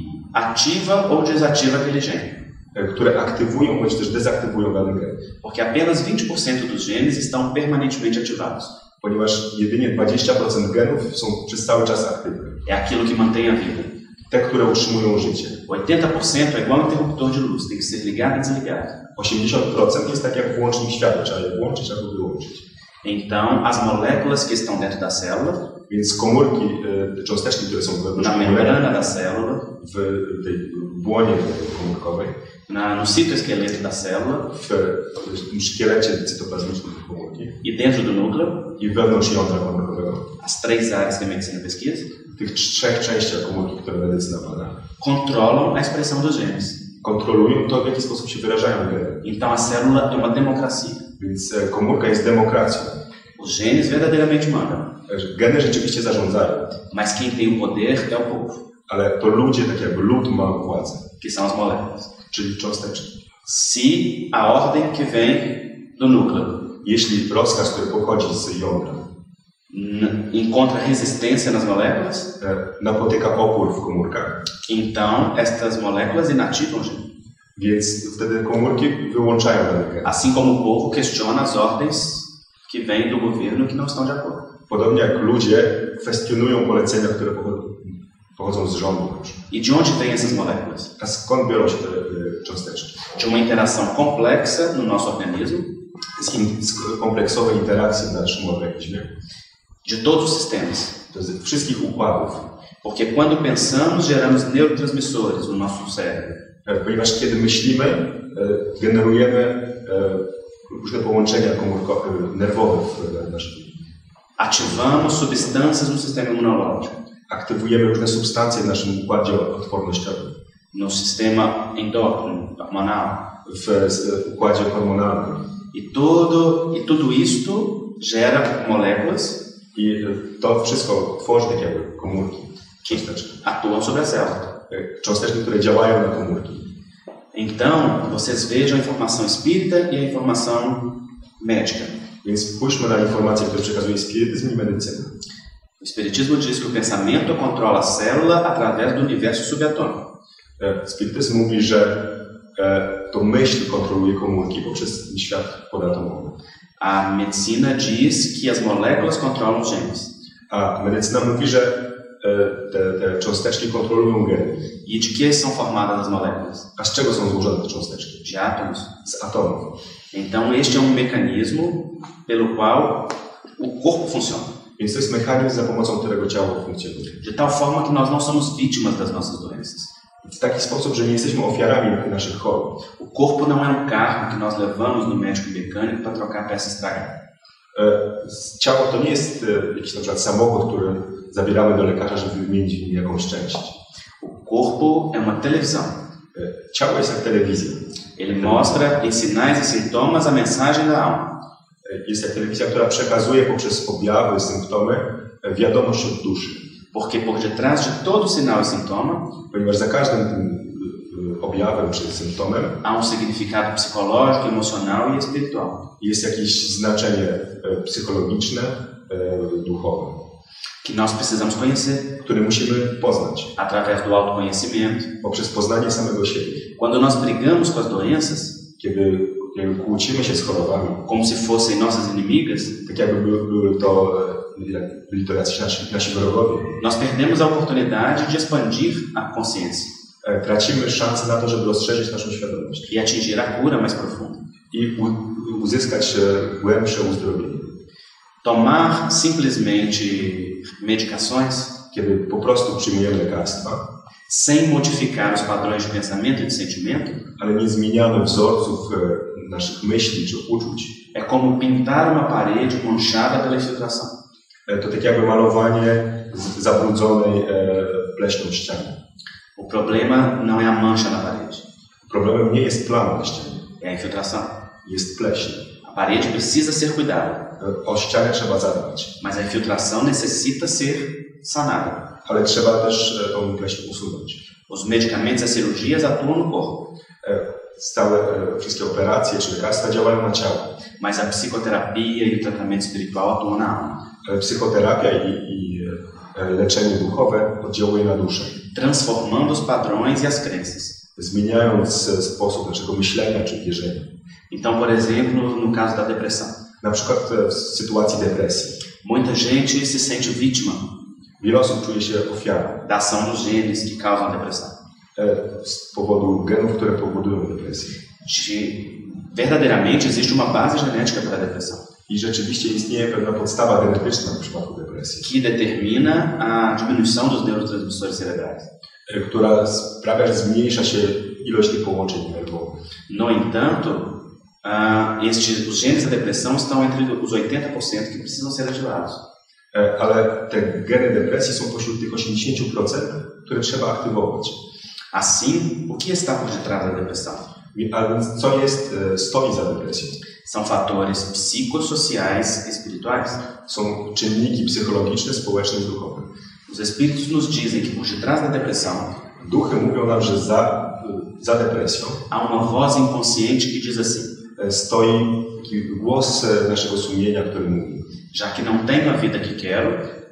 ativa ou desativa aquele gene. które aktywują bądź też dezaktywują dany gen. Porque apenas vinte por cento dos genes estão permanentemente ativados. Ponieważ jedynie dwadzieścia procent genów są przez cały czas aktywne. É aquilo que mantém a vida. Te, które utrzymują życie. oitenta por cento é igual um interruptor de luz, tem que ser ligado e desligado. osiemdziesiąt procent jest tak jak włącznik światła, trzeba je włączyć albo wyłączyć. Então, as moléculas que estão dentro da célula, więc komórki, te cząsteczki, które są na membrana da célula, w tej błonie komórkowej, na, no citoesqueleto da célula, w szkielecie cytoplazmicznym komórki e dentro do núcleo, i wewnątrz jądra komórkowego, as três áreas que a medicina pesquisa, w tych trzech częściach komórki, które medycyna bada, controlam a expressão dos genes. Kontrolują to, w jaki sposób się wyrażają geny. Então a célula é uma democracia. Więc komórka jest demokracją. Os genes verdadeiramente mandam. Geny rzeczywiście zarządzają. Mas quem tem o poder é o povo. Ale to ludzie, tak jakby lud ma władzę. Que são as moléculas. Czyli cząsteczki. Se a ordem que vem do núcleo, jeśli rozkaz, który pochodzi z jądra, encontra resistência nas moléculas, napotyka opór w komórkach, então estas moléculas inativam o gene. Więc wtedy komórki wyłączają dane geny. Assim como o povo questiona as ordens que vêm do governo que não estão de acordo. Podobnie jak ludzie kwestionują polecenia, które pochodzą z rządu. E de onde vêm essas moléculas? A skąd biorą się te y, cząsteczki? De uma interação complexa no nosso organismo, z, in, z kompleksowej interakcji w naszym organizmie, de todos os sistemas, z wszystkich układów. Porque quando pensamos, geramos neurotransmissores no nosso cérebro. Ponieważ kiedy myślimy, generujemy różne połączenia komórkowe, nerwowe w naszym. Ativamos substâncias no sistema imunológico. Aktywujemy różne substancje w naszym układzie odpornościowym. No sistema endócrino, hormonal. W układzie hormonalnym. E tudo, e tudo isto gera moléculas. I to wszystko tworzy tak jakby komórki. Que atuam sobre a célula. Cząsteczki, które działają na komórki. Então, vocês vejam a informação espírita e a informação médica. Więc spójrzmy na informacje, które przekazuje spirytyzm i medycyna. O espiritismo diz que o pensamento controla a célula através do universo subatômico. Spirytyzm mówi, że to myśl kontroluje komórki poprzez świat podatomowy. A medicina diz que as moléculas controlam os genes. A medycyna mówi, że te, te cząsteczki kontrolują geny. E de que são formadas as moléculas? A z czego są złożone te cząsteczki? De átomos. Z atomów. Então este é um mecanismo pelo qual o corpo funciona. Więc to jest mechanizm, za pomocą którego ciało funkcjonuje. De tal forma que nós não somos vítimas das nossas doenças. W taki sposób, że nie jesteśmy ofiarami naszych chorób. O corpo não é um carro que nós levamos no médico mecânico para trocar peça estragada. Ciało to nie jest jakiś na przykład samochód, który zabieramy do lekarza, żeby wymienić w nim jakąś część. O corpo é uma televisão. Ciało jest jak telewizja. Ele mostra em sinais e sintomas a mensagem da alma. Jest jak telewizja, która przekazuje poprzez objawy, symptomy wiadomość od duszy. Porque por detrás de todo sinal e sintoma, ponieważ za każdym tym objawem czy symptomem há um significado psicológico, emocional e espiritual. Jest jakieś znaczenie psychologiczne, duchowe, que nós precisamos conhecer, które musimy poznać através do autoconhecimento. Poprzez poznanie samego siebie. Quando nós brigamos com as doenças, kiedy, kiedy kłócimy się z chorobami, como se fossem nossas inimigas, tak jakby były, były to byli to nasi, nasi wrogowie, nós perdemos a oportunidade de expandir a consciência. Tracimy szansę na to, żeby rozszerzyć naszą świadomość e atingir a cura mais profunda. I u, uzyskać głębsze uzdrowienie. Tomar simplesmente medicações, kiedy po prostu przyjmujemy lekarstwa, sem modificar os padrões de pensamento e de sentimento, ale nie zmieniamy wzorców naszych myśli czy uczuć. É como pintar uma parede manchada pela infiltração. To tak jakby malowanie zabrudzonej pleśnią ściany. O problema não é a mancha na parede. Problemem nie jest plama na ścianie. É a infiltração. Jest pleśń. A parede precisa ser cuidada. O ścianę trzeba zadbać. Mas a infiltração necessita ser sanada. Ale trzeba też tą pleśń usunąć. Os medicamentos e cirurgias atuam no corpo. Stałe wszystkie operacje czy lekarstwa działają na ciało. Mas a psicoterapia e o tratamento espiritual atuam na alma. Psychoterapia i, i leczenie duchowe oddziałuje na duszę. Transformando os padrões e as crenças. Zmieniając sposób naszego myślenia czy wierzenia. Então, por exemplo, no caso da depressão. Na przykład w sytuacji depresji. Muita gente se sente vítima. Wiele osób czuje się ofiarą. Da ação dos genes que causam a depressão. Z powodu genów, które powodują depresję. Verdadeiramente existe uma base genética para a depressão. I rzeczywiście istnieje pewna podstawa genetyczna w przypadku depresji. Que determina a diminuição dos neurotransmissores cerebrais. Która sprawia, że zmniejsza się ilość tych połączeń nerwowych. No entanto, uh, estes, os genes da depressão estão entre os oitenta por cento que precisam ser ativados. Ale te geny depresji są pośród tych osiemdziesięciu procent, które trzeba aktywować. Assim, o que está por detrás da depressão? A więc co jest, stoi za depresją? São fatores psicossociais e espirituais. Są czynniki psychologiczne, społeczne i duchowe. Os espíritos nos dizem que por detrás da depressão, duchy mówią nam, że za, za depresją há uma voz inconsciente que diz assim: stoi taki głos naszego sumienia, który mówi: já que não tenho a vida que quero,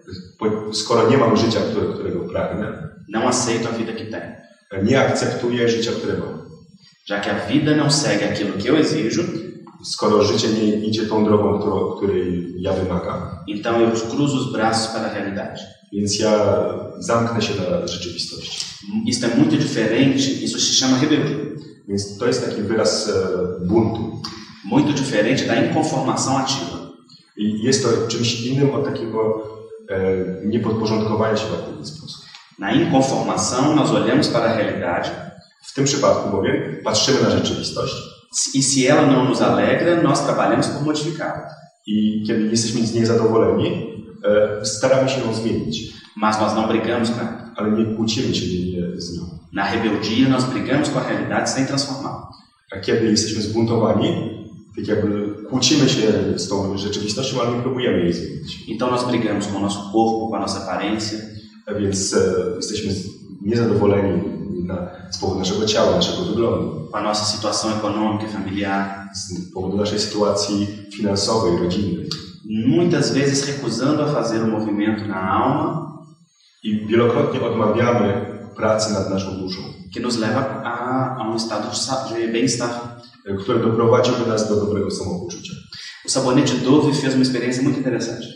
skoro nie mam życia, które, którego pragnę, não aceito a vida que tenho. Nie akceptuję życia, które mam. Já que a vida não segue aquilo que eu exijo, skoro życie nie idzie tą drogą, którą, której ja wymagam, então eu cruzo os braços para a realidade. Więc ja zamknę się na rzeczywistość. Isto é muito diferente, isso se chama rebeldia. Więc to jest taki wyraz e, buntu. Muito diferente da inconformação ativa. I jest to czymś innym od takiego e, niepodporządkowania się w jakiś sposób. Na inconformação nós olhamos para a realidade. W tym przypadku bowiem patrzymy na rzeczywistość. E se ela não nos alegra, nós trabalhamos por modificá-la. I kiedy jesteśmy z niej zadowoleni, e, staramy się ją zmienić. Mas nós não brigamos com ela. Ale nie kłócimy się z nią. Na rebeldia nós brigamos com a realidade sem transformá-la. A kiedy jesteśmy zbuntowani, tak jakby kłócimy się z tą rzeczywistością, ale nie próbujemy jej zmienić. Então nós brigamos com o nosso corpo, com a nossa aparência. A więc e, jesteśmy niezadowoleni na, z powodu naszego ciała, naszego wyglądu. Com a nossa situação econômica e familiar. Z powodu naszej sytuacji finansowej, rodzinnej. Muitas vezes recusando a fazer o movimento na alma. I wielokrotnie odmawiamy pracy nad naszą duszą. Que nos leva a, a um estado de bem-estar. Który doprowadziłby nas do dobrego samopoczucia. O Sabonete Dove fez uma experiência muito interessante.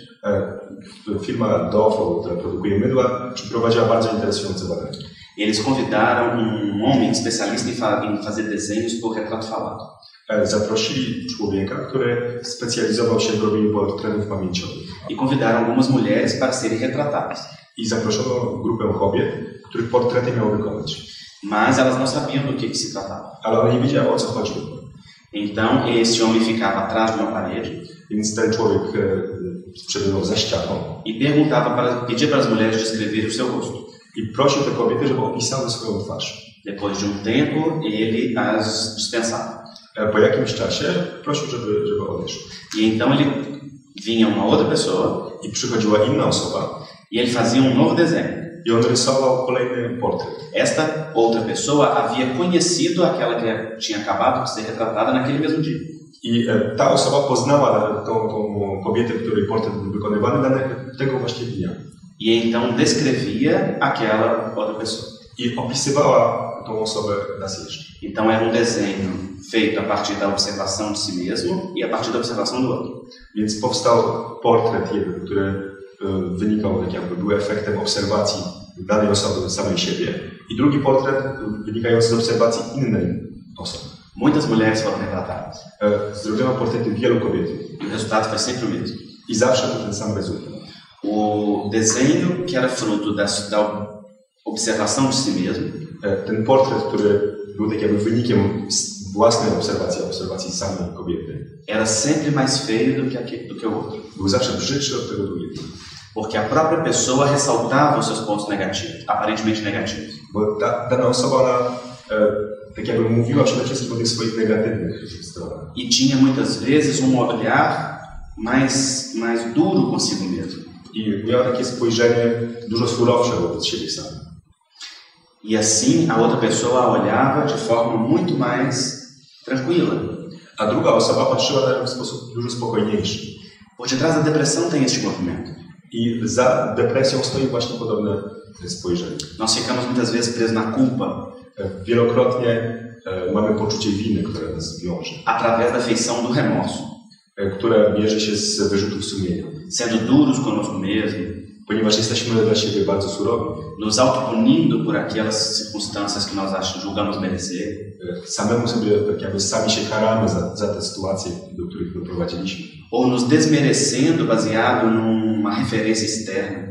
Firma Dove, która produkuje mydła, przeprowadziła bardzo interesujące badania. Eles convidaram um homem especialista em, fa em fazer desenhos por retrato falado. Zaprosili człowieka, który specjalizował się w robieniu portretów pamięciowych. E convidaram algumas mulheres para serem retratadas. I zaproszono grupę kobiet, których portrety miały wykonać. Mas elas não sabiam do que, que se tratava. Ale one nie wiedziały, o co chodziło. Então este homem ficava atrás de uma parede. Więc ten człowiek przebywał za ścianą. E perguntava para pedia para as mulheres descreverem o seu rosto. I prosił te kobiety, żeby opisały swoją twarz. Depois de um tempo, ele as dispensava. Po jakimś czasie prosił, żeby, żeby odeszły. E então ele vinha uma outra pessoa. I przychodziła inna osoba. E ele fazia um novo desenho. I on rysował kolejny portret. Esta outra pessoa havia conhecido aquela que tinha acabado de ser retratada naquele mesmo dia. I ta osoba poznała tą, tą kobietę, której portret był wykonywany tego właśnie dnia. E então descrevia aquela outra pessoa. I opisywała tą osobę raz jeszcze. Então era um desenho feito a partir da observação de si mesmo e a partir da observação do outro. Więc powstał portret jeden, który wynikał, tak jakby był efektem obserwacji danej osoby samej siebie, i drugi portret wynikający z obserwacji innej osoby. Muitas mulheres foram retratadas. Zrobiono portrety wielu kobiet. E o resultado foi sempre o mesmo. I zawsze był ten sam rezultat. O desenho que era fruto da, da observação de si mesmo. Ten portret, który był tak jakby wynikiem własnej obserwacji, obserwacji samej kobiety, era sempre mais feio do que, aquele, do que o outro. Był zawsze brzydszy od tego drugiego. Porque a própria pessoa ressaltava os seus pontos negativos, aparentemente negativos. Bo ta, dana osoba, ona, e, tak jakby mówiła przede wszystkim o tych swoich negatywnych stronach. E tinha muitas vezes um olhar mais, mais duro consigo mesmo. I miał takie spojrzenie dużo surowsze wobec siebie samego. E assim a outra pessoa olhava de forma muito mais tranquila. A druga osoba patrzyła na nią w sposób dużo spokojniejszy. Por detrás da depressão tem este movimento. I za depresją stoi właśnie podobne spojrzenie. Nós ficamos muitas vezes presos na culpa. Wielokrotnie e, mamy poczucie winy, które nas wiąże. Através da feição do remorso. E, które bierze się z wyrzutów sumienia. Sendo duros conosco mesmo. Ponieważ jesteśmy dla siebie bardzo surowi. Nos autopunindo por aquelas circunstâncias que nós achamos, julgamos merecer. E, samemu sobie tak jakby sami się karamy za, za te sytuacje, do których doprowadziliśmy. Ou nos desmerecendo baseado numa referência externa.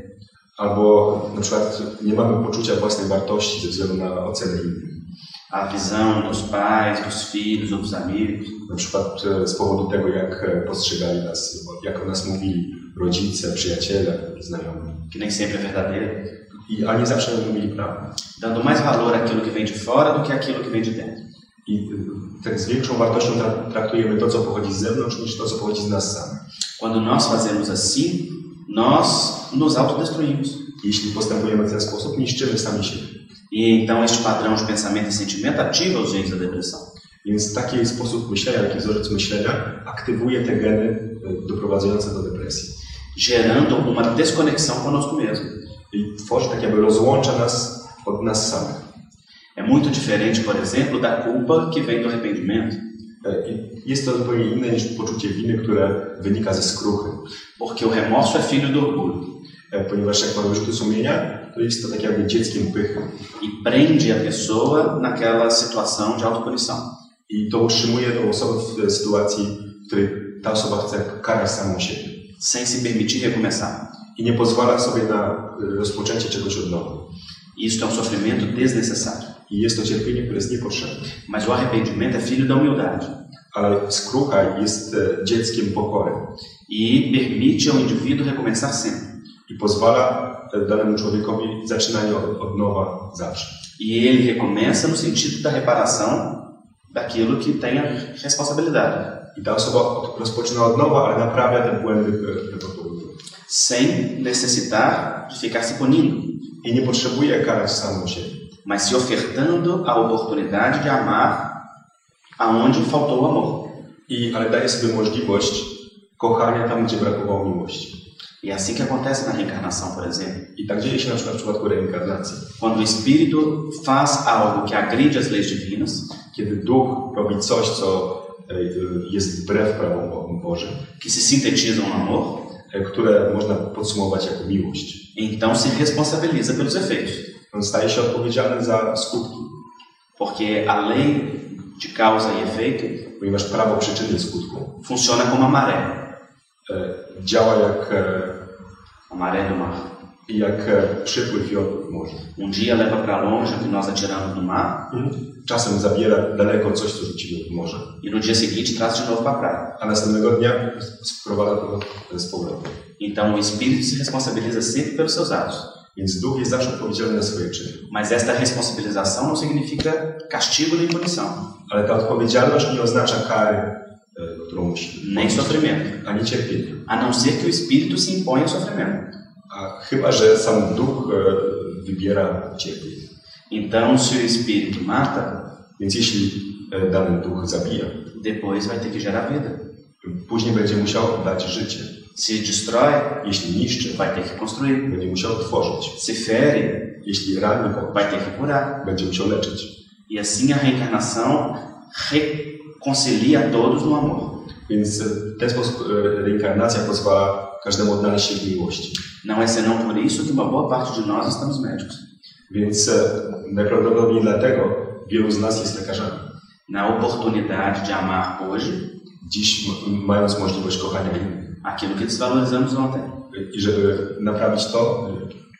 Albo na przykład nie mamy poczucia własnej wartości ze względu na ocenę innych. A visão dos pais, dos filhos ou dos amigos. Na przykład z powodu tego, jak postrzegali nas, jak o nas mówili rodzice, przyjaciele, znajomi. Que nem sempre é verdadeiro. I, a nie zawsze mówili prawdę. Dando mais valor àquilo que vem de fora do que àquilo que vem de dentro. I tak z większą wartością tra- traktujemy to, co pochodzi z zewnątrz, niż to, co pochodzi z nas samych. Quando nós fazemos assim, nós nos autodestruímos. Jeśli postępujemy w ten sposób, niszczymy sami siebie. E então este padrão de pensamento e sentimento ativa os genes da depressão. Więc taki sposób myślenia, taki wzorzec myślenia aktywuje te geny doprowadzające do depresji. Gerando uma desconexão conosco mesmo. I tworzy tak jakby rozłącza nas od nas samych. É muito diferente, por exemplo, da culpa que vem do arrependimento. I jest to zupełnie inne niż poczucie winy, które wynika ze skruchy. Porque o remorso é filho do orgulho. Ponieważ jak mamy wyrzuty sumienia, to jest to tak jakby dzieckiem pychy. E prende a pessoa naquela situação de autopunição. I to utrzymuje tą osobę w sytuacji, w której ta osoba chce karać samą siebie. Sem se permitir recomeçar. I nie pozwala sobie na rozpoczęcie czegoś od nowa. Isso é um sofrimento desnecessário. I jest to cierpienie, które jest niepotrzebne. Mas o arrependimento é filho da humildade. Ale skrucha jest dzieckiem pokory. E permite ao indivíduo recomeçar sempre. I pozwala danemu człowiekowi zaczynanie od, od nowa zawsze. E ele recomeça no sentido da reparação daquilo que tem a responsabilidade. I ta osoba rozpoczyna od nowa, ale naprawia te błędy, które popełniła. Sem necessitar de ficar se punindo. I nie potrzebuje karać samą siebie. Mas se ofertando a oportunidade de amar aonde faltou o amor. I, ale daje sobie możliwość kochania tam, gdzie brakowało miłości. E é assim que acontece na reencarnação, por exemplo. I tak dzieje się na przykład w przypadku reinkarnacji. Quando o espírito faz algo que agride as leis divinas, kiedy duch robi coś, co jest wbrew prawom Bożym, que se sintetizam no amor, które można podsumować jako miłość. Então se responsabiliza pelos efeitos. On staje się odpowiedzialny za skutki. Porque a lei de causa e efeito, ponieważ prawo przyczyny i skutku funciona como a maré. Działa jak a maré do mar. Jak przypływ i odpływ morza. Um dia leva para longe o que nós atiramos no mar. Czasem zabiera daleko coś, co rzucimy w morze. E no dia seguinte traz de novo para a praia. A następnego dnia sprowadza to z powrotem. Então o espírito se responsabiliza sempre pelos seus atos. Więc duch jest zawsze odpowiedzialny za swoje czyny. Mas esta responsabilização não significa castigo nem punição. Ale ta odpowiedzialność nie oznacza kary, którą musi. Nem sofrimento. Ani cierpienia. A não ser que o espírito se imponha ao sofrimento. A chyba że sam duch wybiera cierpienie. Então se o espírito mata, więc jeśli dany duch zabija, depois vai ter que gerar vida. Później będzie musiał dać życie. Se destrói, jeśli niszczy, vai ter que construir. Będzie musiał tworzyć. Se fere, jeśli rani, vai ter que curar. Będzie musiał leczyć. E assim a reencarnação reconcilia todos no amor. Więc w ten sposób reinkarnacja pozwala każdemu odnaleźć się w miłości. Não é senão por isso que uma boa parte de nós estamos médicos. Więc najprawdopodobniej dlatego wielu z nas jest lekarzami. Na oportunidade de amar hoje, dziś mając możliwość kochania innych. Aquilo que desvalorizamos ontem. I żeby naprawić to,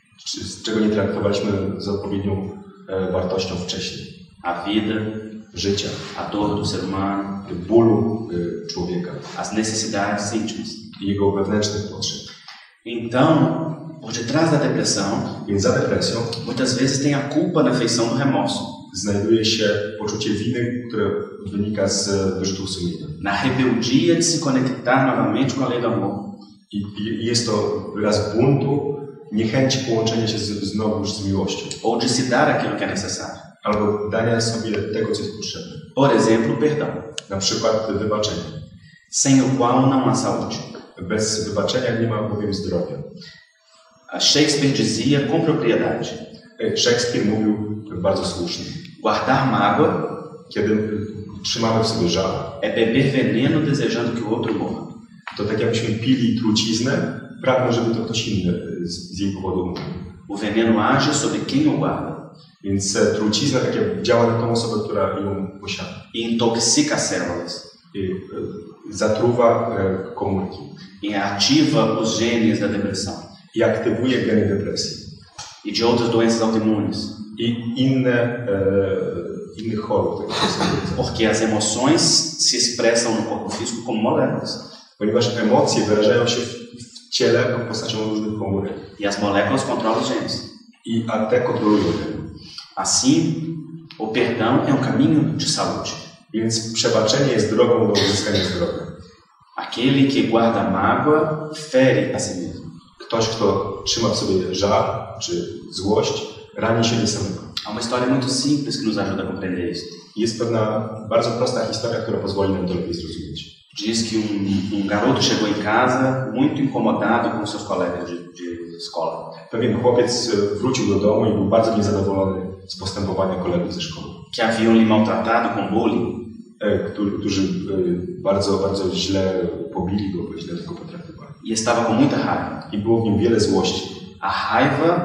z czego nie traktowaliśmy z odpowiednią wartością wcześniej. A vida, życia, a dor do ser humano, bólu człowieka, as necessidades íntimas i jego wewnętrznych potrzeb. Então, por detrás da depressão, więc za depresją, muitas vezes tem a culpa na feição do remorso. znajduje się poczucie winy, które wynika z wyrzutów sumienia. Na rebeldia de se conectar novamente com a lei do amor. I, i jest to wyraz buntu, niechęci połączenia się z, znowu z miłością. Ou de se dar aquilo que é necessário. Albo dania sobie tego, co jest potrzebne. Por exemplo, perdão. Na przykład wybaczenie. Sem o qual não há saúde. Bez wybaczenia nie ma bowiem zdrowia. Shakespeare dizia com propriedade. Szekspir mówił bardzo słusznie. Guardar mágoa, kiedy trzymamy w sobie żal, é beber veneno desejando que o outro morra. To tak jakbyśmy pili truciznę, pragnąc, żeby to ktoś inny z, z jej powodu mówił. O veneno age sobre quem o guarda. Więc trucizna tak jak działa na tą osobę, która ją posiada. E intoxica células. I zatruwa komórki. E ativa os genes da depressão. I aktywuje geny depresji. E de outras doenças autoimunes. I inne, e, innych chorób. Porque as emoções se expressam no corpo físico como moléculas. Ponieważ emocje wyrażają się w ciele postacią różnych komórek. E as moléculas controlam os genes. I a te kontrolują geny. Assim, o perdão é um caminho de saúde. Więc przebaczenie jest drogą do uzyskania zdrowia. Aquele que guarda mágoa fere a si mesmo. Ktoś, kto trzyma w sobie żal czy złość, rani siebie samego. Há uma história muito simples que nos ajuda a compreender isso. Jest pewna bardzo prosta historia, która pozwoli nam to lepiej zrozumieć. Diz que um, um garoto chegou em casa muito incomodado com seus colegas de, de escola. Pewien chłopiec wrócił do domu i był bardzo niezadowolony z postępowania kolegów ze szkoły. Que haviam lhe maltratado com bullying. Którzy bardzo, bardzo źle pobili go, bo źle go potraktowali. E estava com muita raiva. I było w nim wiele złości. A raiva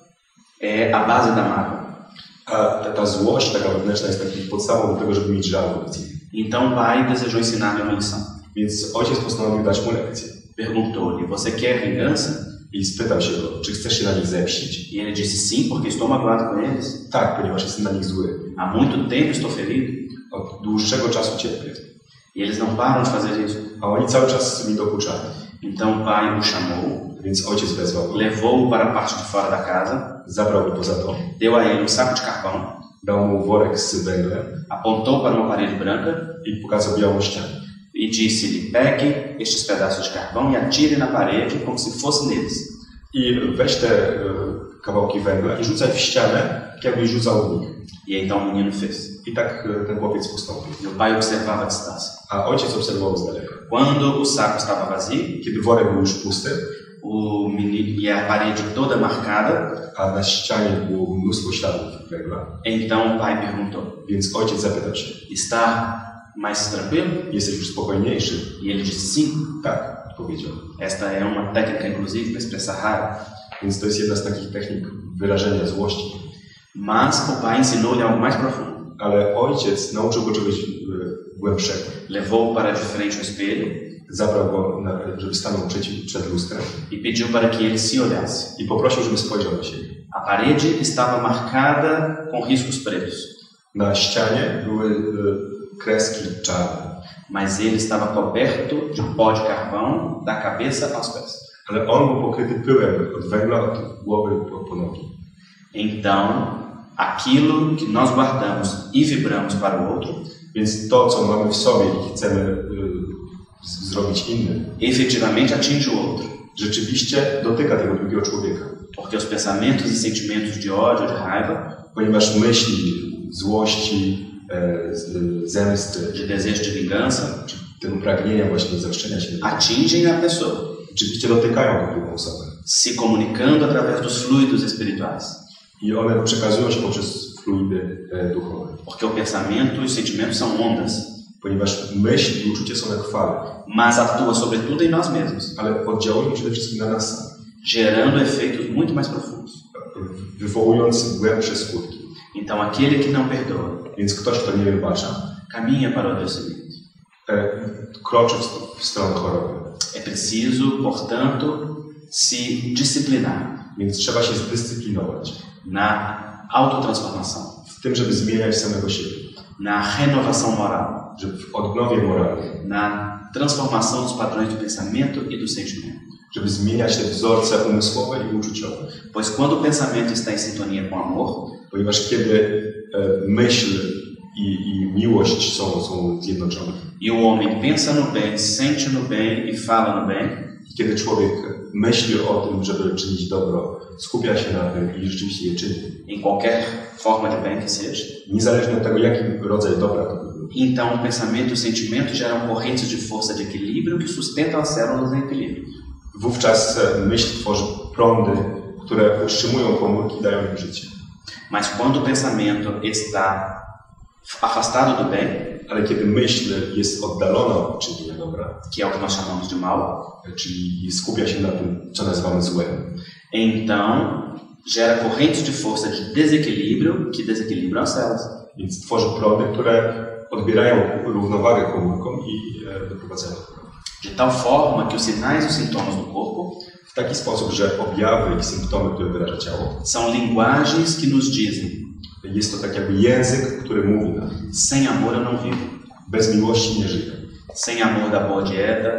é a base da mágoa. A ta, ta złość, taka wewnętrzna, jest taką podstawą do tego, żeby mieć żal wobec innych. Então o pai desejou ensinar-lhe uma lição. Więc ojciec postanowił dać mu lekcję. Perguntou-lhe: Você quer vingança? I spytał się go, czy chcesz się na nich zemścić? E ele disse sim, porque estou magoado com eles. Tak, ponieważ jestem na nich zły. Há muito tempo estou ferido. Od dłuższego czasu cierpię. E eles não param de fazer isso. A oni cały czas mi dokuczali. Então o pai o chamou. Więc ojciec wezwał go. Levou-o para a parte de fora da casa. Zabrał go poza dom. Deu a ele um saco de carvão. Dał mu worek z węglem. Apontou para uma parede branca. I pokazał białą ścianę. E disse-lhe: Pegue estes pedaços de carvão e atire na parede como se fosse neles. I weź te kawałki węgla i rzucaj w ścianę, tak jakbyś rzucał w nich. E então o menino fez. I tak ten chłopiec postąpił. E o pai observava a distância. A ojciec obserwował z daleka. Quando o saco estava vazio, kiedy worek był już pusty, o menino e a parede toda marcada, a na ścianie było mnóstwo śladów węgla. Então o pai perguntou: Więc ojciec zapytał się: Está mais tranquilo? Jesteś już spokojniejszy? E ele disse sim. Tak, powiedział. Esta é uma técnica inclusive para expressar raiva. Więc to jest jedna z takich technik wyrażenia złości. Mas o pai ensinou-lhe algo mais profundo. Ale ojciec nauczył go czegoś głębszego. Levou-o para de frente ao espelho. Zabrał go, na, żeby stanął przed, przed lustrem. E pediu para que ele se olhasse. I poprosił, żeby spojrzał na siebie. A parede estava marcada com riscos pretos. Na ścianie były y, kreski czarne. Mas ele estava coberto de pó de carvão da cabeça aos pés. Ale on był pokryty pyłem od węgla, od głowy po, po nogi. Então, aquilo que nós guardamos e vibramos para o outro, więc to, co mamy w sobie i chcemy y, zrobić innym, efetivamente atinge o outro. Rzeczywiście dotyka tego drugiego człowieka. Porque os pensamentos e sentimentos de ódio, de raiva, ponieważ myśli, złości, e, zemsty, de desejo de vingança, czy tego pragnienia właśnie zemszczenia się, atingem a pessoa. Rzeczywiście dotykają tę drugą osobę. Se comunicando através dos fluidos espirituais. I one przekazują się poprzez fluidy e, duchowe. Porque o pensamento e os sentimentos são ondas. Ponieważ myśl i uczucie są jak fale. Mas atua sobretudo em nós mesmos. Ale oddziałują przede wszystkim na nas samych. Gerando efeitos muito mais profundos. Wywołując głębsze skutki. Então aquele que não perdoa, więc ktoś, kto nie wybacza, caminha para o adoecimento. E, kroczy w, w stronę choroby. É preciso, portanto, se disciplinar. Więc trzeba się zdyscyplinować. Na autotransformação. W tym, żeby zmieniać samego siebie. Na renovação moral. Żeby w odnowie moralnej. Na transformação dos padrões do pensamento e do sentimento. Żeby zmieniać te wzorce umysłowe i uczuciowe. Pois quando o pensamento está em sintonia com o amor, ponieważ kiedy myśl i, i miłość są, są zjednoczone. E o homem pensa no bem, sente no bem e fala no bem. Kiedy człowiek myśli o tym, żeby czynić dobro, skupia się na tym i rzeczywiście je czyni. Em qualquer forma de bem que seja. Niezależnie od tego, jaki rodzaj dobra to był. Então, o pensamento e o sentimento geram correntes de força de equilíbrio que sustentam as células em equilíbrio. Wówczas myśl tworzy prądy, które utrzymują komórki i dają im życie. Mas quando o pensamento está afastado do bem, ale kiedy myśl jest oddalona od czynienia dobra, que é o que nós chamamos de mal, czyli skupia się na tym, co nazywamy złem, então gera correntes de força de desequilíbrio que desequilibram as células. Więc tworzy prądy, które odbierają równowagę komórkom i e, doprowadzają do choroby. De tal forma que os sinais e os sintomas do corpo w taki sposób, że objawy i symptomy, które wyraża ciało, são linguagens que nos dizem: jest to tak jakby język, który mówi nam: sem amor eu não vivo. Bez miłości nie żyję. Sem amor da boa dieta,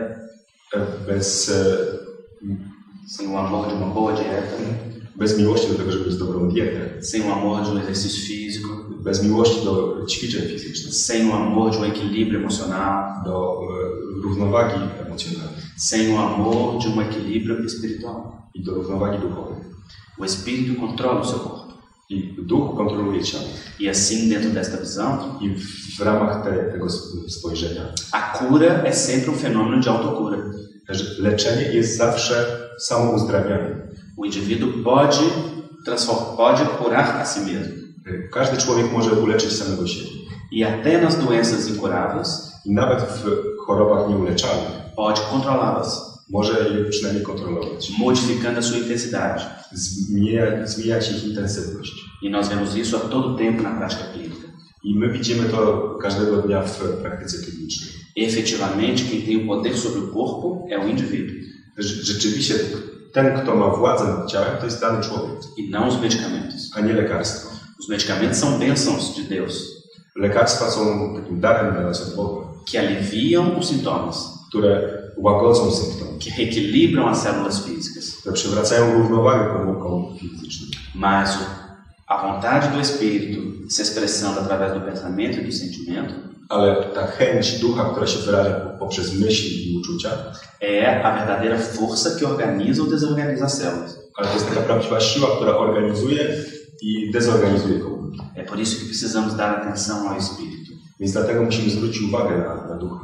bez e, sem o amor de uma boa dieta, bez miłości do tego, żeby mieć dobrą dietę, sem o amor de um exercício físico, bez miłości do ćwiczeń fizycznych, sem o amor de um equilíbrio emocional, do e, równowagi emocjonalnej, sem o amor de um equilíbrio espiritual, i do równowagi duchowej. O espírito controla o seu corpo. I duch kontroluje ciało. E assim, dentro desta visão, i w, w ramach te, tego spojrzenia, a cura é sempre um fenômeno de autocura. Leczenie jest zawsze samouzdrawianiem. O indivíduo pode transformar, pode curar a si mesmo. Każdy człowiek może uleczyć samego siebie. E até nas doenças incuráveis, i nawet w chorobach nieuleczalnych, pode controlá-las. Może je przynajmniej kontrolować. Modificando a sua intensidade. Zmienia, zmieniać ich intensywność. E nós vemos isso a todo tempo na prática clínica. I my widzimy to każdego dnia w praktyce klinicznej. Efetivamente, quem tem o poder sobre o corpo é o indivíduo. Rzeczywiście ten, kto ma władzę nad ciałem, to jest dany człowiek. E não os medicamentos. A nie lekarstwo. Os medicamentos são bênçãos de Deus. Lekarstwa są takim darem dla nas od Boga. Que aliviam os sintomas. Które łagodzą symptomy. Que reequilibram as células físicas. Które przywracają równowagę komórkom fizycznym. Mas a vontade do espírito se expressando através do pensamento e do sentimento, ale ta chęć ducha, która się wyraża poprzez myśli i uczucia, é a verdadeira força que organiza ou desorganiza as células. Ale to jest taka prawdziwa siła, która organizuje i dezorganizuje komórki. É por isso que precisamos dar atenção ao espírito. Więc dlatego musimy zwrócić uwagę na, na ducha.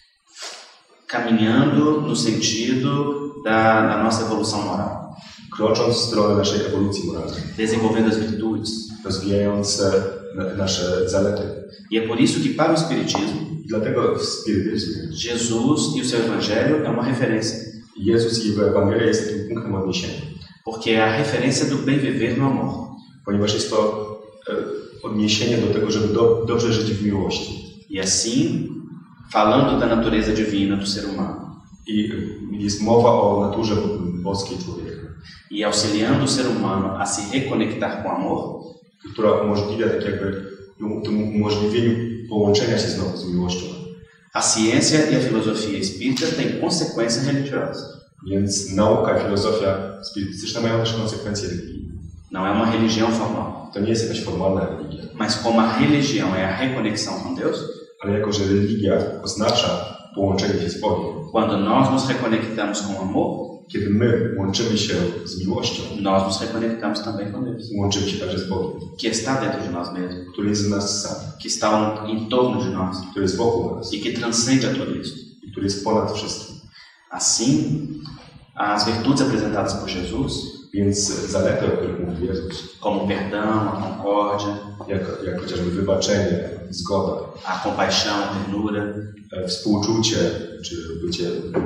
Caminhando no sentido da, da nossa evolução moral. Krocząc w stronę naszej ewolucji moralnej. Desenvolvendo as virtudes. Rozwijając na, nasze zalety. E é por isso que para o espiritismo, dlatego w spirytyzmie Jesus e o seu evangelho é uma referência. Jezus i jego Ewangelia jest takim punktem odniesienia. Porque é a referência do bem viver no amor. Ponieważ jest to e, odniesienie do tego, żeby do, dobrze żyć w miłości. E assim, falando da natureza divina do ser humano. I jest mowa o naturze boskiej człowieka. E auxiliando o ser humano a se reconectar com o amor, która umożliwia tak jakby tym umożliwieniu połączenia się znowu z miłością. A ciência e a filosofia espírita têm consequências religiosas. Więc nauka i filozofia spirytystyczna mają też konsekwencje religijne. Não é uma religião formal. To nie jest jakaś formalna religia. Mas como a religião é a reconexão com Deus, ale jako że religia oznacza połączenie się z Bogiem, quando nós nos reconectamos com o amor, kiedy my łączymy się z miłością, nós nos reconectamos também com Deus. Łączymy się także z Bogiem, que está dentro de nós mesmos, który jest w nas sam, que está em torno de nós, który jest wokół nas e que transcende a tudo isso. I który jest ponad wszystkim. Assim, as virtudes apresentadas por Jesus, więc zalety, o których mówi Jezus, como perdão, a concórdia, jak, jak chociażby wybaczenie, zgoda, a compaixão, a ternura, współczucie, czy bycie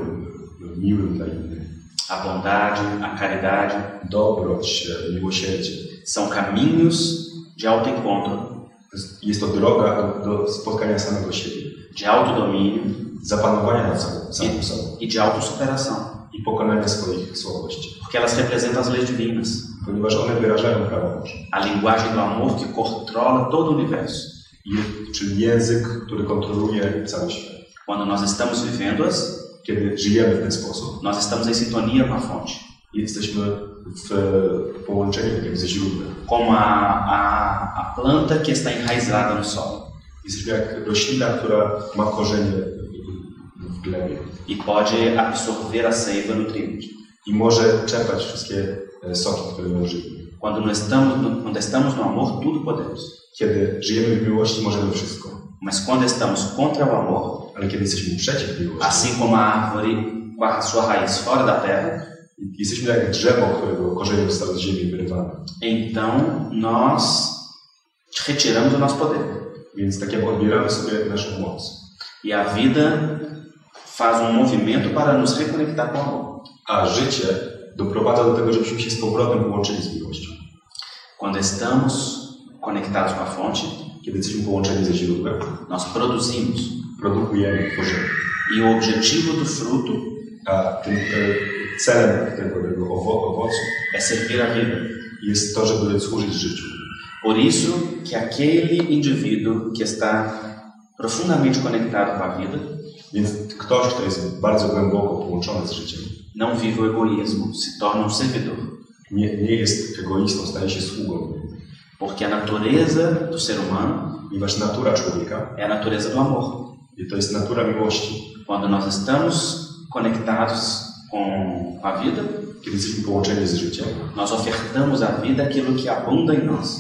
miłym dla innych, a bondade, a caridade, dobroć, miłosierdzie, são caminhos de autoencontro. Jest to droga do, do spotkania samego siebie, de autodomínio, zapanowania nad sobą, samym sobą e de autossuperação, i pokonania swoich słabości. Porque elas representam as leis divinas, ponieważ one wyrażają prawo Boże. A linguagem do amor que controla todo o universo. I, czyli język, który kontroluje cały świat. Quando nós estamos vivendo-as, kiedy żyjemy w ten sposób, nós estamos em sintonia com a fonte. Jesteśmy w połączeniu tak jak ze źródłem. Como a, a, a planta que está enraizada no solo. Jesteśmy jak roślina, która ma korzenie w glebie. E pode absorver a seiva nutriente. I może czerpać wszystkie soki, które ją żywią. Quando nós estamos no, quando estamos no amor, tudo podemos. Kiedy żyjemy w miłości, możemy wszystko. Mas quando estamos contra o amor, ale kiedy jesteśmy przeciw miłości, assim como a árvore com a sua raiz fora da terra, jesteśmy jak drzewo, którego korzenie zostały z ziemi wyrywane. Então nós retiramos o nosso poder. Więc tak jak odbieramy sobie naszą moc. E a vida faz um movimento para nos reconectar com o amor. A życie doprowadza do tego, żebyśmy się z powrotem połączyli z miłością. Quando estamos conectados com a fonte, kiedy jesteśmy połączeni ze źródłem, nós produzimos. Produkujemy, tworzymy. E o objetivo do fruto, a tym celem tego, tego owo, owocu, é servir a vida. Jest to, żeby służyć życiu. Por isso que aquele indivíduo que está profundamente conectado com a vida, więc ktoś, kto jest bardzo głęboko połączony z życiem, não vive o egoísmo, se torna um servidor. Nie, nie jest egoistą, staje się sługą. Porque a natureza do ser humano, ponieważ natura człowieka, é a natureza do amor. I to jest natura miłości. Quando nós estamos conectados com a vida, kiedy jesteśmy połączeni z życiem, nós ofertamos à vida aquilo que abunda em nós.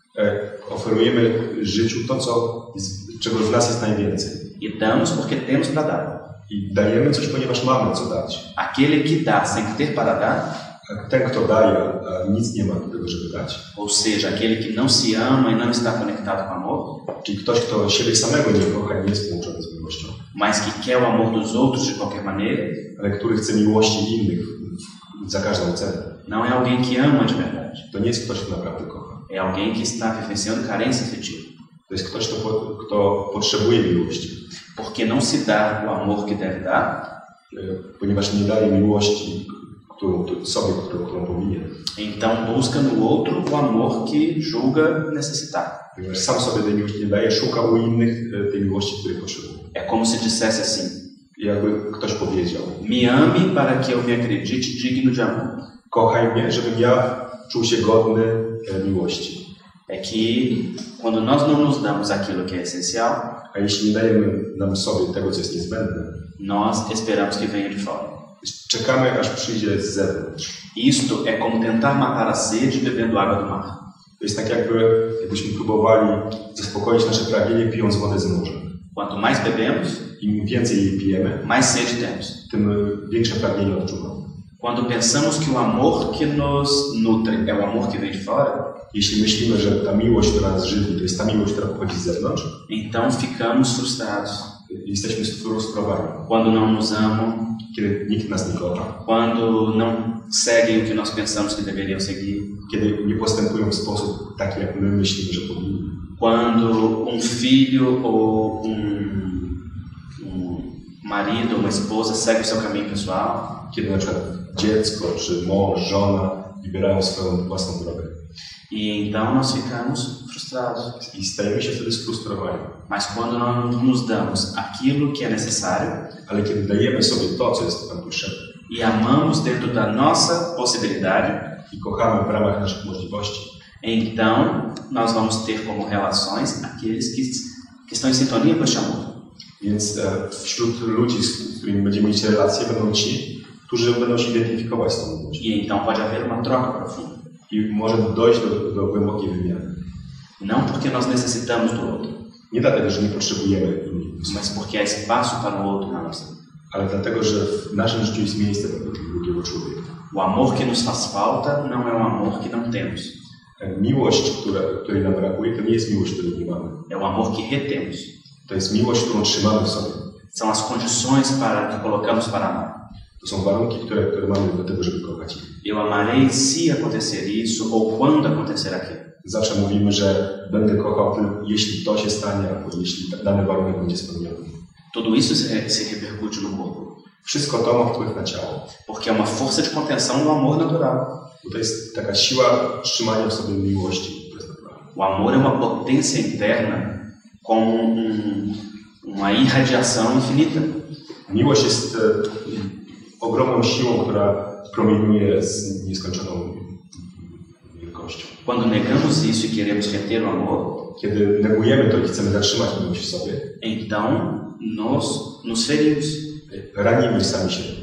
E, oferujemy życiu to, co jest, czego w nas jest najwięcej. E damos porque temos para dar. I dajemy coś, ponieważ mamy co dać. Aquele que dá sem ter para dar, a ten, kto daje, a nic nie ma do tego, żeby dać. Ou seja, aquele que não se ama e não está conectado com o amor, czyli ktoś, kto siebie samego nie kocha, nie jest połączony z miłością. Mas que quer o amor dos outros de qualquer maneira, ale który chce miłości innych za każdą cenę. Não é alguém que ama de verdade. To nie jest ktoś, kto naprawdę kocha. É alguém que está vivenciando carência afetiva. To jest ktoś, kto, kto potrzebuje miłości. Porque não se dá o amor que deve dar, ponieważ nie daje miłości którą, sobie, którą, którą powinien. Então busca no outro o amor que julga necessitar. Ponieważ sam sobie tej miłości nie daje, szuka u innych tej miłości, której potrzebuje. É como se dissesse assim: jakby ktoś powiedział: me ame para que eu me acredite digno de amor. Kochaj mnie, żebym ja czuł się godny miłości. É que quando nós não nos damos aquilo que é essencial, a jeśli nie dajemy nam sobie tego, co jest niezbędne, nós esperamos que venha de fora. Czekamy, aż przyjdzie z zewnątrz. Isto é como tentar matar a sede bebendo água do mar. To jest tak, jakby jakbyśmy próbowali zaspokoić nasze pragnienie, pijąc wodę z morza. Quanto mais bebemos, im więcej jej pijemy, mais sede temos. Tym większe pragnienie odczuwamy. Quando pensamos que o amor que nos nutre é o amor que vem de fora, jeśli myślimy, że ta miłość, która nas żywi, to jest ta miłość, która pochodzi z zewnątrz, então ficamos frustrados. Jesteśmy sfrustrowani. Quando não nos amam, kiedy nikt nas nie kocha. Quando não seguem o que nós pensamos que deveriam seguir. Kiedy nie postępują w sposób taki, jak my myślimy, że powinni. Quando um filho ou um, um marido ou uma esposa segue o seu caminho pessoal. Kiedy na przykład dziecko czy mąż, żona wybierają swoją własną drogę. E então nós ficamos frustrados. I stajemy się wtedy sfrustrowani. Mas quando nós nos damos aquilo que é necessário, ale kiedy dajemy sobie to, co jest nam potrzebne, e amamos dentro da nossa possibilidade, i kochamy w ramach naszych możliwości, então nós vamos ter como relações aqueles que, que estão em sintonia com este amor. Więc e, wśród ludzi, z którymi będziemy mieć relacje, będą ci, którzy będą się identyfikować z tą miłością. E então pode haver uma troca profunda. I może dojść do, do głębokiej wymiany. Não porque nós necessitamos do outro. Nie dlatego, że nie potrzebujemy innych, mas porque há espaço para o outro na nossa vida. Ale dlatego, że w naszym życiu jest miejsce dla drugiego człowieka. O amor que nos faz falta não é um amor que não temos. Miłość, która, której nam brakuje, to nie jest miłość, której nie mamy. É o amor que retemos. To jest miłość, którą trzymamy w sobie. São as condições para que colocamos para amar. To są warunki, które, które mamy do tego, żeby kochać. Eu amarei se acontecer isso ou quando acontecer aquilo. Zawsze mówimy, że będę kochał tylko jeśli to się stanie, albo jeśli dany warunek będzie spełniony. Tudo isso se, se repercute no corpo. Wszystko to ma wpływ na ciało. Porque é uma força de contenção do amor natural. Bo to jest taka siła trzymania w sobie miłości. O amor é uma potência interna como um, uma irradiação infinita. Miłość jest e, ogromną siłą, która promieniuje z nieskończoną wielkością. Quando negamos isso e queremos reter o amor, kiedy negujemy to i chcemy zatrzymać miłość w sobie, então nós nos ferimos. ranimy sami siebie.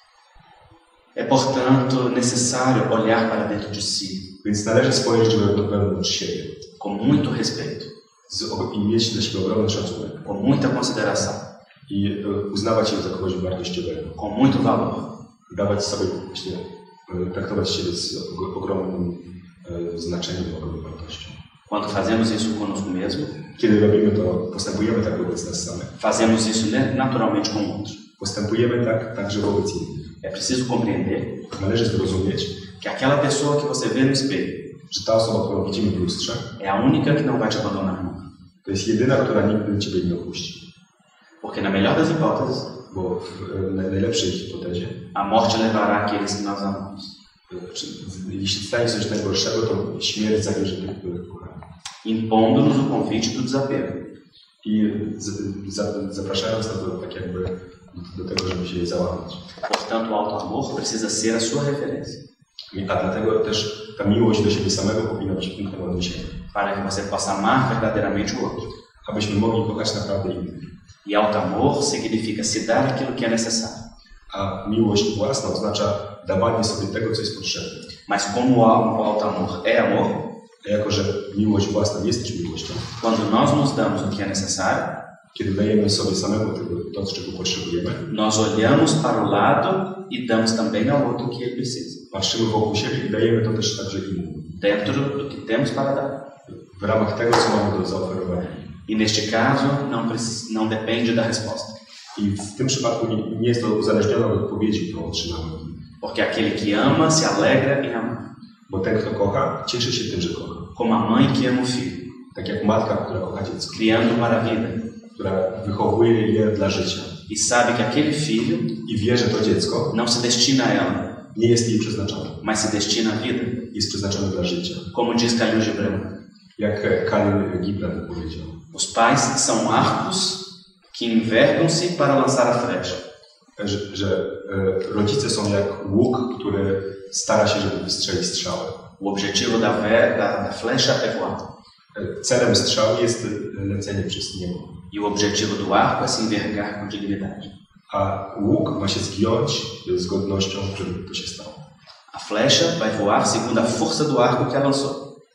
É, portanto, necessário olhar para dentro de si. Więc należy spojrzeć wewnątrz siebie. Com muito respeito. Z, I mieć dla siebie ogromny szacunek. Com muita consideração. I uznawać się za kogoś wartościowego. Com muito valor. Dawać sobie, właśnie, traktować siebie z ogromnym e, znaczeniem, ogromną wartością. Quando fazemos isso conosco mesmo, kiedy robimy to, postępujemy tak wobec nas samych. Fazemos isso naturalmente com outros. Postępujemy tak także wobec innych. É preciso compreender Należy zrozumieć, que aquela pessoa que você vê no espelho, że ta osoba, którą widzimy w lustrze, é a única que não vai te abandonar nunca. to jest jedyna, która nigdy Ciebie nie opuści. Porque na melhor das hipóteses, bo w najlepszej hipotezie, a morte levará aqueles que nós amamos. Jeśli stanie coś najgorszego, to śmierć zabierze tych, których kochamy. Impondo-nos o convite do desapego. I z, za, zapraszając nas do, tak jakby, do, do tego, żeby się jej załamać. Portanto, o auto-amor precisa ser a sua referência. A dlatego też ta miłość do siebie samego powinna być punktem odniesienia. Para que você possa amar verdadeiramente o outro. Abyśmy mogli kochać naprawdę innych. E auto-amor significa se dar aquilo que é necessário. A miłość własna oznacza dawanie sobie tego, co jest potrzebne. Mas como o auto-amor é amor, a jako że miłość własna jest też miłością, quando nós nos damos o que é necessário, kiedy dajemy sobie samemu tego, to, czego potrzebujemy, nós olhamos para o lado e damos também ao outro o que ele precisa. Patrzymy wokół siebie i dajemy to też także innym. Dentro do que temos para dar. W ramach tego, co mamy do zaoferowania. E neste caso, não, não depende da resposta. I w tym przypadku nie, nie jest to uzależnione od odpowiedzi, którą otrzymamy. Porque aquele que ama se alegra em amar. Bo ten, kto kocha, cieszy się tym, że kocha. Como a mãe que ama o filho. Tak jak matka, która kocha dziecko. Criando para a vida. Która wychowuje je dla życia. E sabe que aquele filho I wie, że to dziecko não se destina a ela. Nie jest jej przeznaczone. Mas se destina à vida. Jest przeznaczone dla życia. Como diz Khalil Gibran. Jak Khalil Gibran powiedział. Os pais são arcos que envergam-se para lançar a flecha. Że, że e, rodzice są jak łuk, który stara się, żeby wystrzelić strzałę. O objetivo da, da, da flecha é voar. Celem strzału jest lecenie przez niebo. E o objetivo do arco é se envergar com dignidade. A łuk ma się zgiąć z godnością, żeby to się stało. A flecha vai voar segundo a força do arco que a lançou.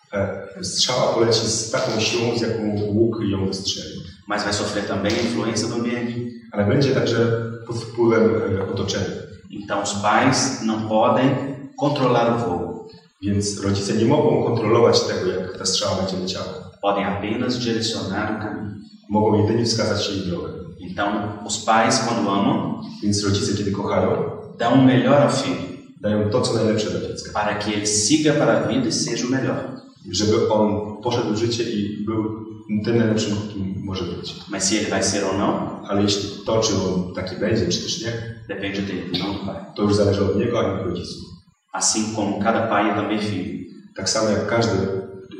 Strzała poleci z taką siłą, z jaką łuk ją wystrzeli. Mas vai sofrer também a influência do ambiente. Ale będzie także pod wpływem otoczenia. Então os pais não podem controlar o voo. Więc rodzice nie mogą kontrolować tego, jak ta strzała będzie leciała. Podem apenas direcionar o caminho. Mogą jedynie wskazać jej drogę. Então os pais, quando amam, więc rodzice, kiedy kochają, dão o melhor ao filho. Dają to, co najlepsze dla dziecka. Para que ele siga para a vida e seja o melhor. Żeby on poszedł w życie i był tym najlepszym, kim może być. Mas se ele vai ser ou não, ale jeśli to, czy on taki będzie, czy też nie, depende dele, não do pai. To już zależy od niego, a nie od rodziców. Assim como cada pai é também filho. Tak samo jak każdy e,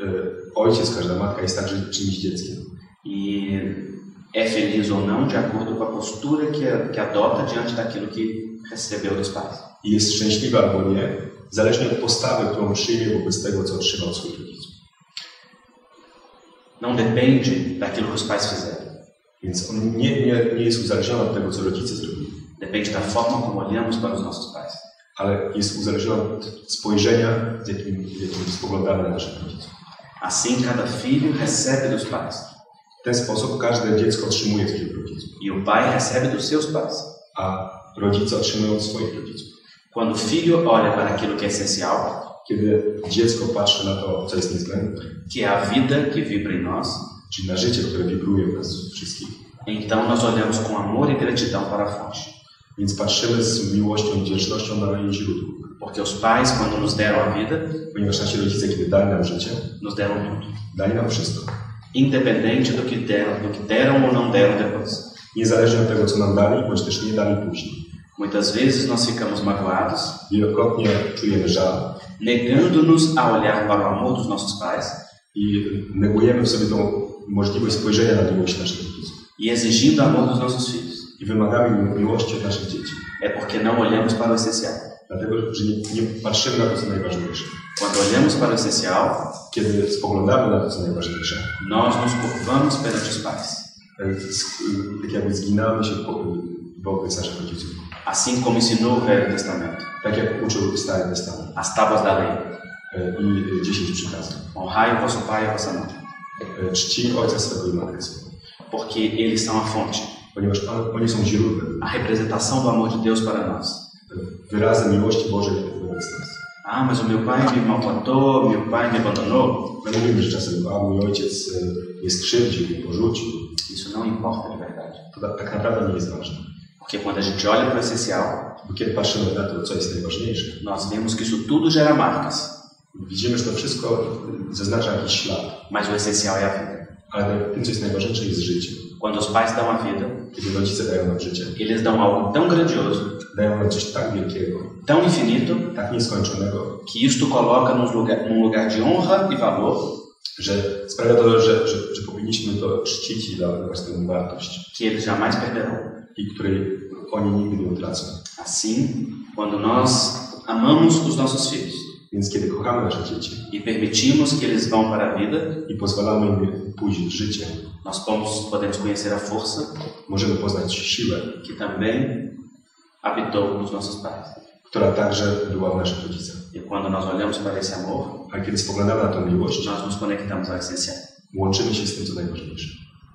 ojciec, każda matka jest także czymś dzieckiem. E é feliz ou não de acordo com a postura que, que adota diante daquilo que recebeu dos pais. I jest szczęśliwy albo nie, zależnie od postawy, którą przyjmie wobec tego, co otrzymał od swoich rodziców. Não depende daquilo que os pais fizeram. Więc on nie, nie, nie jest uzależniony od tego, co rodzice zrobili. Depende da forma como olhamos para os nossos pais. Ale jest uzależniony od spojrzenia, z jakim, z jakim spoglądamy na naszych rodziców. Assim cada filho recebe dos pais. W ten sposób każde dziecko otrzymuje od swoich rodziców. E o pai recebe dos seus pais. A rodzice otrzymują od swoich rodziców. Quando o filho olha para aquilo que é essencial, kiedy dziecko patrzy na to, co jest niezbędne, que é a vida que vibra em nós, czyli na życie, które wibruje w nas wszystkich, então nós olhamos com amor e gratidão para a fonte. Więc patrzymy z miłością i wdzięcznością na jej źródło. Porque os pais, quando nos deram a vida, ponieważ nasi rodzice, kiedy dali nam życie, nos deram tudo. Dali nam wszystko. Independente do que deram, do que deram ou não deram depois. Niezależnie od tego, co nam dali, bądź też nie dali później. Muitas vezes nós ficamos magoados, wielokrotnie czujemy żal, negando-nos a olhar para o amor dos nossos pais, i negujemy w sobie tą możliwość spojrzenia na miłość naszych rodziców. E exigindo amor dos nossos filhos. I wymagamy miłości od naszych dzieci. É porque não olhamos para o essencial. Dlatego, że nie, nie patrzymy na to, co najważniejsze. Quando olhamos para o essencial, kiedy spoglądamy na to, co najważniejsze, nós nos curvamos perante os pais. tak jakby zginamy się wobec naszych rodziców. Assim como ensinou o Velho Testamento. Tak jak uczył Stary Testament. As tábuas da lei. I dziesięć przykazań. Honrai o vosso pai e a vossa mãe. Czci ojca swego i matkę swego. Porque eles são a fonte. Ponieważ oni są źródłem. A representação do amor de Deus para nós. Wyrazem miłości Bożej wobec nas. Ah, mas o meu pai me maltratou, meu pai me abandonou. My mówimy, że czasem, a mój ojciec mnie skrzywdził, mnie porzucił. Isso não importa de verdade. To tak naprawdę nie jest ważne. Porque quando a gente olha para o essencial, bo kiedy patrzymy na to, co jest najważniejsze, nós vemos que isso tudo gera marcas. Widzimy, że to wszystko zaznacza jakiś ślad. Mas o essencial é a vida. Ale tym, co jest najważniejsze, jest życie. Quando os pais dão a vida, kiedy rodzice dają nam życie, eles dão algo tão grandioso, dają nam coś tak wielkiego, tão infinito, tak nieskończonego, que isto coloca num lugar, num lugar de honra e valor, że sprawia to, że, że, że powinniśmy to czcić i dawać temu wartość, que eles jamais perderão. I której oni nigdy nie utracą. Assim, quando nós amamos os nossos filhos, więc kiedy kochamy nasze dzieci e permitimos que eles vão para a vida, i pozwalamy im pójść w życie, nós podemos conhecer a força, możemy poznać siłę, que também habitou nos nossos pais, która także była w naszych rodzicach. E quando nós olhamos para esse amor, a kiedy spoglądamy na tę miłość, nós nos conectamos ao essencial. Łączymy się z tym, co najważniejsze.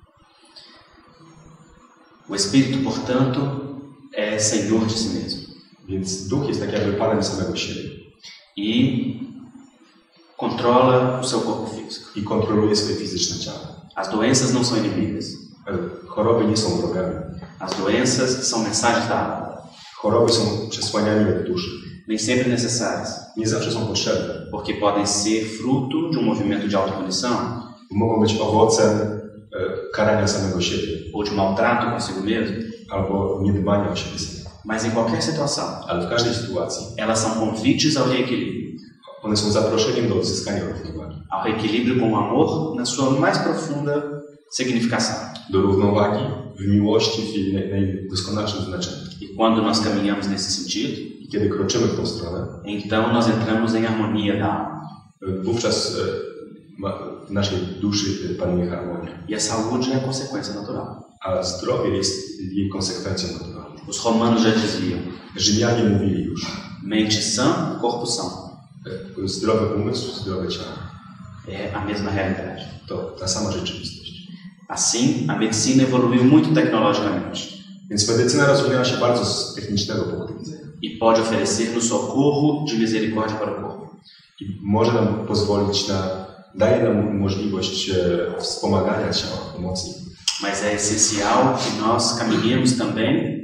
O Espírito, portanto, é Senhor de si mesmo. Więc Duch jest tak jakby Panem samego siebie. E controla o seu corpo físico. I kontroluje swoje fizyczne ciało. As doenças não são inimigas. Choroby nie są wrogami. As doenças são mensagens da alma. Choroby są przesłaniami od duszy. Nem sempre necessárias. Nie zawsze są potrzebne. Porque podem ser fruto de um movimento de autopunição. Mogą być owocem e, karania samego siebie. Ou de maltrato consigo mesmo. Albo niedbania o siebie samego. Mas em qualquer situação, ale w każdej sytuacji, elas são convites ao reequilíbrio. One są zaproszeniem do odzyskania równowagi. Ao reequilíbrio com o amor na sua mais profunda significação. Do równowagi w miłości w jej najdoskonalszym znaczeniu. E quando nós caminhamos nesse sentido, i kiedy kroczymy w tą stronę, então nós entramos em harmonia da alma. Wówczas w naszej duszy panuje harmonia. E a saúde é a consequência natural. A zdrowie jest jej konsekwencją naturalną. Os romanos já diziam. Rzymianie mówili już. Mente sã, corpo sã. Zdrowy umysł, zdrowe ciało. É a mesma realidade. To ta sama rzeczywistość. Assim, a medicina evoluiu muito tecnologicamente. Więc medycyna rozwinęła się bardzo z technicznego punktu widzenia. E pode oferecer-nos socorro de misericórdia para o corpo. I może nam pozwolić na, daje nam możliwość e, wspomagania ciała, pomocy. Mas é essencial que nós caminhemos também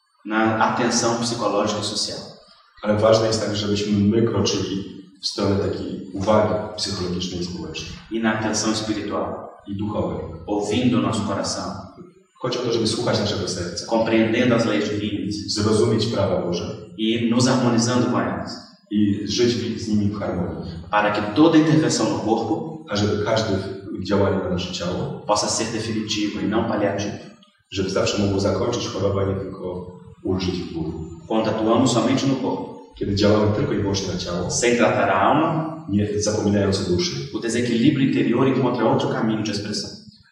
na atenção psicológica e social. Ale ważne jest także, żebyśmy my kroczyli w stronę takiej uwagi psychologicznej i społecznej. E na atenção espiritual. I duchowej. Ouvindo o nosso coração. Chodzi o to, żeby słuchać naszego serca. Compreendendo as leis divinas. Zrozumieć prawa Boże. E nos harmonizando com elas. I żyć z nimi w harmonii. Para que toda intervenção no corpo, a żeby każde działanie na nasze ciało, possa ser definitivo e não paliativo. Żeby zawsze mogło zakończyć chorobę, nie tylko ulżyć w bólu. Quando atuamos somente no corpo, kiedy działamy tylko i wyłącznie na ciało, sem tratar a alma, nie zapominając o duszy, o desequilíbrio interior encontra outro caminho de expressão.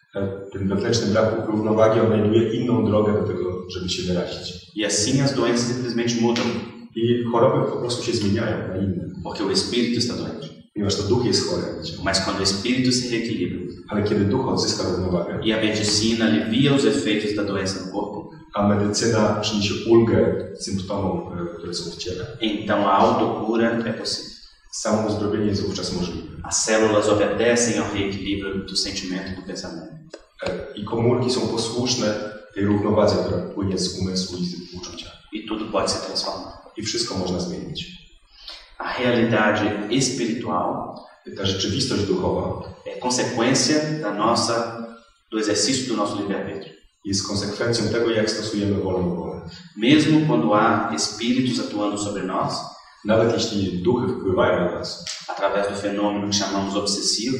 Ten wewnętrzny brak równowagi odnajduje inną drogę do tego, żeby się wyrazić. E assim as doenças simplesmente mudam. I choroby po prostu się zmieniają na inne. Porque o espírito está doente. Ponieważ to duch jest chory. Mas quando o espírito se reequilibra, ale kiedy duch odzyska równowagę, e a medicina alivia os efeitos da doença no corpo, a medycyna przyniesie ulgę symptomom, które są w ciele, então a autocura é possível. Samo uzdrowienie jest wówczas możliwe. As células obedecem ao reequilíbrio do sentimento e do pensamento. I komórki są posłuszne tej równowadze, która płynie z umysłu i z uczucia. E tudo pode se transformar. I wszystko można zmienić. A realidade espiritual, ta rzeczywistość duchowa, é consequência da nossa do exercício do nosso livre-arbítrio. Jest konsekwencją tego, jak stosujemy wolną wolę. Mesmo quando há espíritos atuando sobre nós, nawet jeśli duchy wpływają na nas, através do fenômeno que chamamos obsessivo,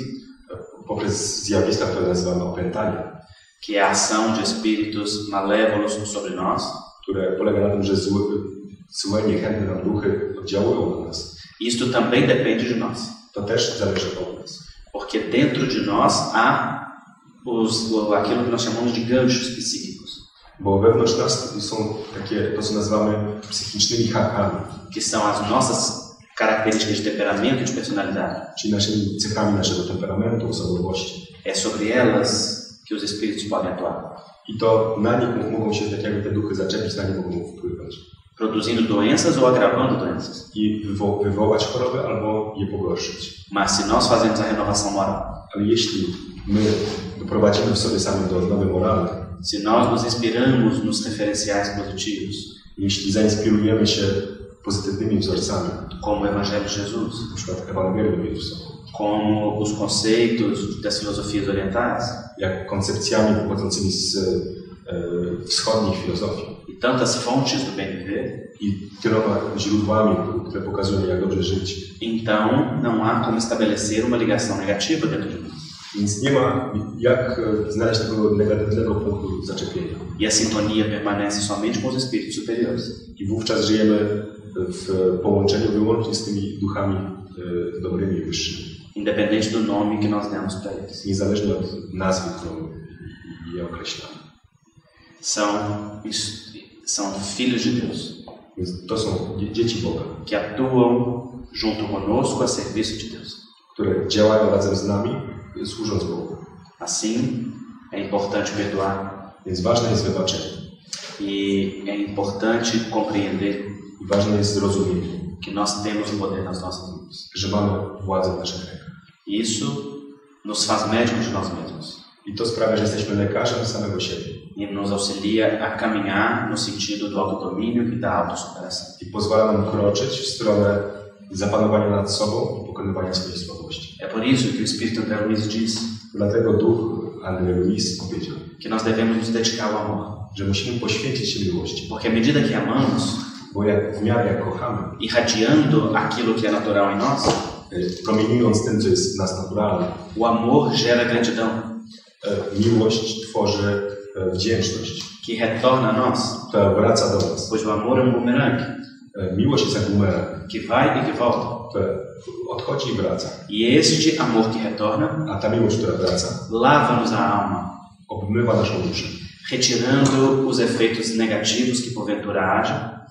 poprzez zjawiska, które nazywamy opętaniem, que é a ação de espíritos malévolos sobre nós, które polega na tym, że zły, złe, niechętne nam duchy oddziałują na nas. Isto também depende de nós. To też zależy od nas. Porque dentro de nós há os, aquilo que nós chamamos de ganchos psíquicos. Bo wewnątrz nas są takie, to co nazywamy psychicznymi hakami. Que são as nossas características de temperamento e de personalidade. Czyli naszymi cechami naszego temperamentu, osobowości. É sobre elas que os espíritos podem atuar. I to na nich mogą się tak jakby te duchy zaczepić, na nie mogą wpływać. Produzindo doenças ou agravando doenças. I wywo wywołać choroby albo je pogorszyć. Mas se nós fazemos a renovação moral, ale jeśli my doprowadzimy w sobie samym do odnowy moralnej, se nós nos inspiramos nos referenciais positivos, jeśli zainspirujemy się pozytywnymi wzorcami, como o Evangelho de Jesus, na przykład Ewangelium Jezusa, como os conceitos das filosofias orientais, jak koncepcjami pochodzącymi z e, wschodnich filozofii, e tantas fontes do bem viver, i tyloma źródłami, które pokazują, jak dobrze żyć, então não há como estabelecer uma ligação negativa dentro de nós. Więc nie ma jak znaleźć tego negatywnego punktu zaczepienia. E a sintonia permanece somente com os espíritos superiores. I wówczas żyjemy w połączeniu wyłącznie z tymi duchami e, dobrymi, wyższymi. Independente do nome que nós demos para eles. Niezależnie od nazwy, którą je określamy. São, são filhos de Deus. Więc to są dzieci Boga, que atuam junto conosco a serviço de Deus. Które działają razem z nami, służąc Bogu. Assim, é importante perdoar. Więc ważne jest wybaczenie. E é importante compreender I ważne jest zrozumienie, que nós temos o poder nas nossas mãos. Że mamy władzę w naszych rękach. Isso nos faz médicos de nós mesmos. I to sprawia, że jesteśmy lekarzem samego siebie. E nos auxilia a caminhar no sentido do autodomínio e da autossuperação. I pozwala nam kroczyć w stronę zapanowania nad sobą i pokonywania swojej słabości. É por isso que o Espírito André Luiz diz Dlatego duch André Luiz powiedział, que nós devemos nos dedicar ao amor. Że musimy poświęcić się miłości. Porque à medida que amamos, bo jak w miarę jak kochamy, irradiando aquilo que é natural em nós, promieniując tym, co jest w nas naturalne, o amor gera gratidão. Miłość tworzy wdzięczność, que retorna a nós, która wraca do nas. Pois o amor é um bumerangue. Miłość jest jak bumerang, que vai e que volta. Która odchodzi i wraca. E este amor que retorna, a ta miłość, która wraca, lava-nos a alma, obmywa naszą duszę, retirando os efeitos negativos que porventura haja,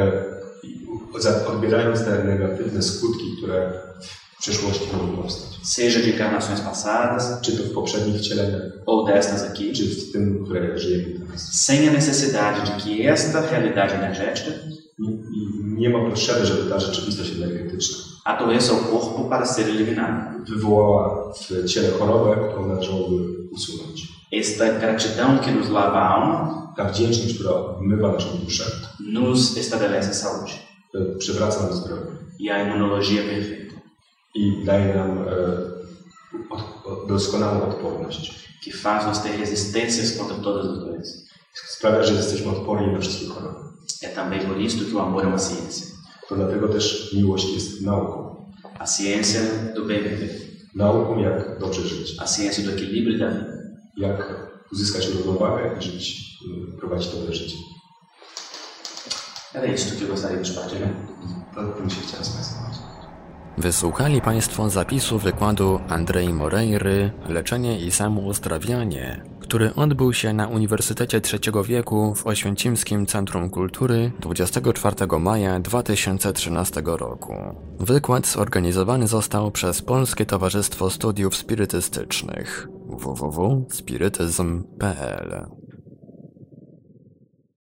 odbierając te negatywne skutki, które w przeszłości mogą powstać. Seja de encarnações passadas, czy to w poprzednich wcieleniach, ou destas aqui, czy w tym, które żyjemy teraz. Sem a necessidade de que esta realidade energética nie, nie ma potrzeby, żeby ta rzeczywistość energetyczna adoeça o corpo para ser eliminada. Wywołała w ciele chorobę, którą należałoby usunąć. Esta gratidão que nos lava a alma, ta wdzięczność, która obmywa naszą duszę, nos estabelece saúde. Przywraca nam zdrowie. E a imunologia perfeita. I daje nam e, od, od, doskonałą odporność. Que faz nos ter resistências contra todas as doenças. Sprawia, że jesteśmy odporni na wszystkie choroby. É também por isso que o amor é uma ciência. To dlatego też miłość jest nauką. A ciência do bem viver. Nauką, jak dobrze żyć. A ciência do equilíbrio da vida. Jak uzyskać równowagę i żyć, prowadzić dobre życie. Era isso que eu gostaria de partilhar. To bym się chciał z Państwem. Wysłuchali Państwo zapisu wykładu Andrei Moreiry Leczenie i samouzdrawianie, który odbył się na Uniwersytecie Trzeciego Wieku w Oświęcimskim Centrum Kultury dwudziestego czwartego maja dwa tysiące trzynastego roku. Wykład zorganizowany został przez Polskie Towarzystwo Studiów Spirytystycznych w w w kropka spirytyzm kropka p l.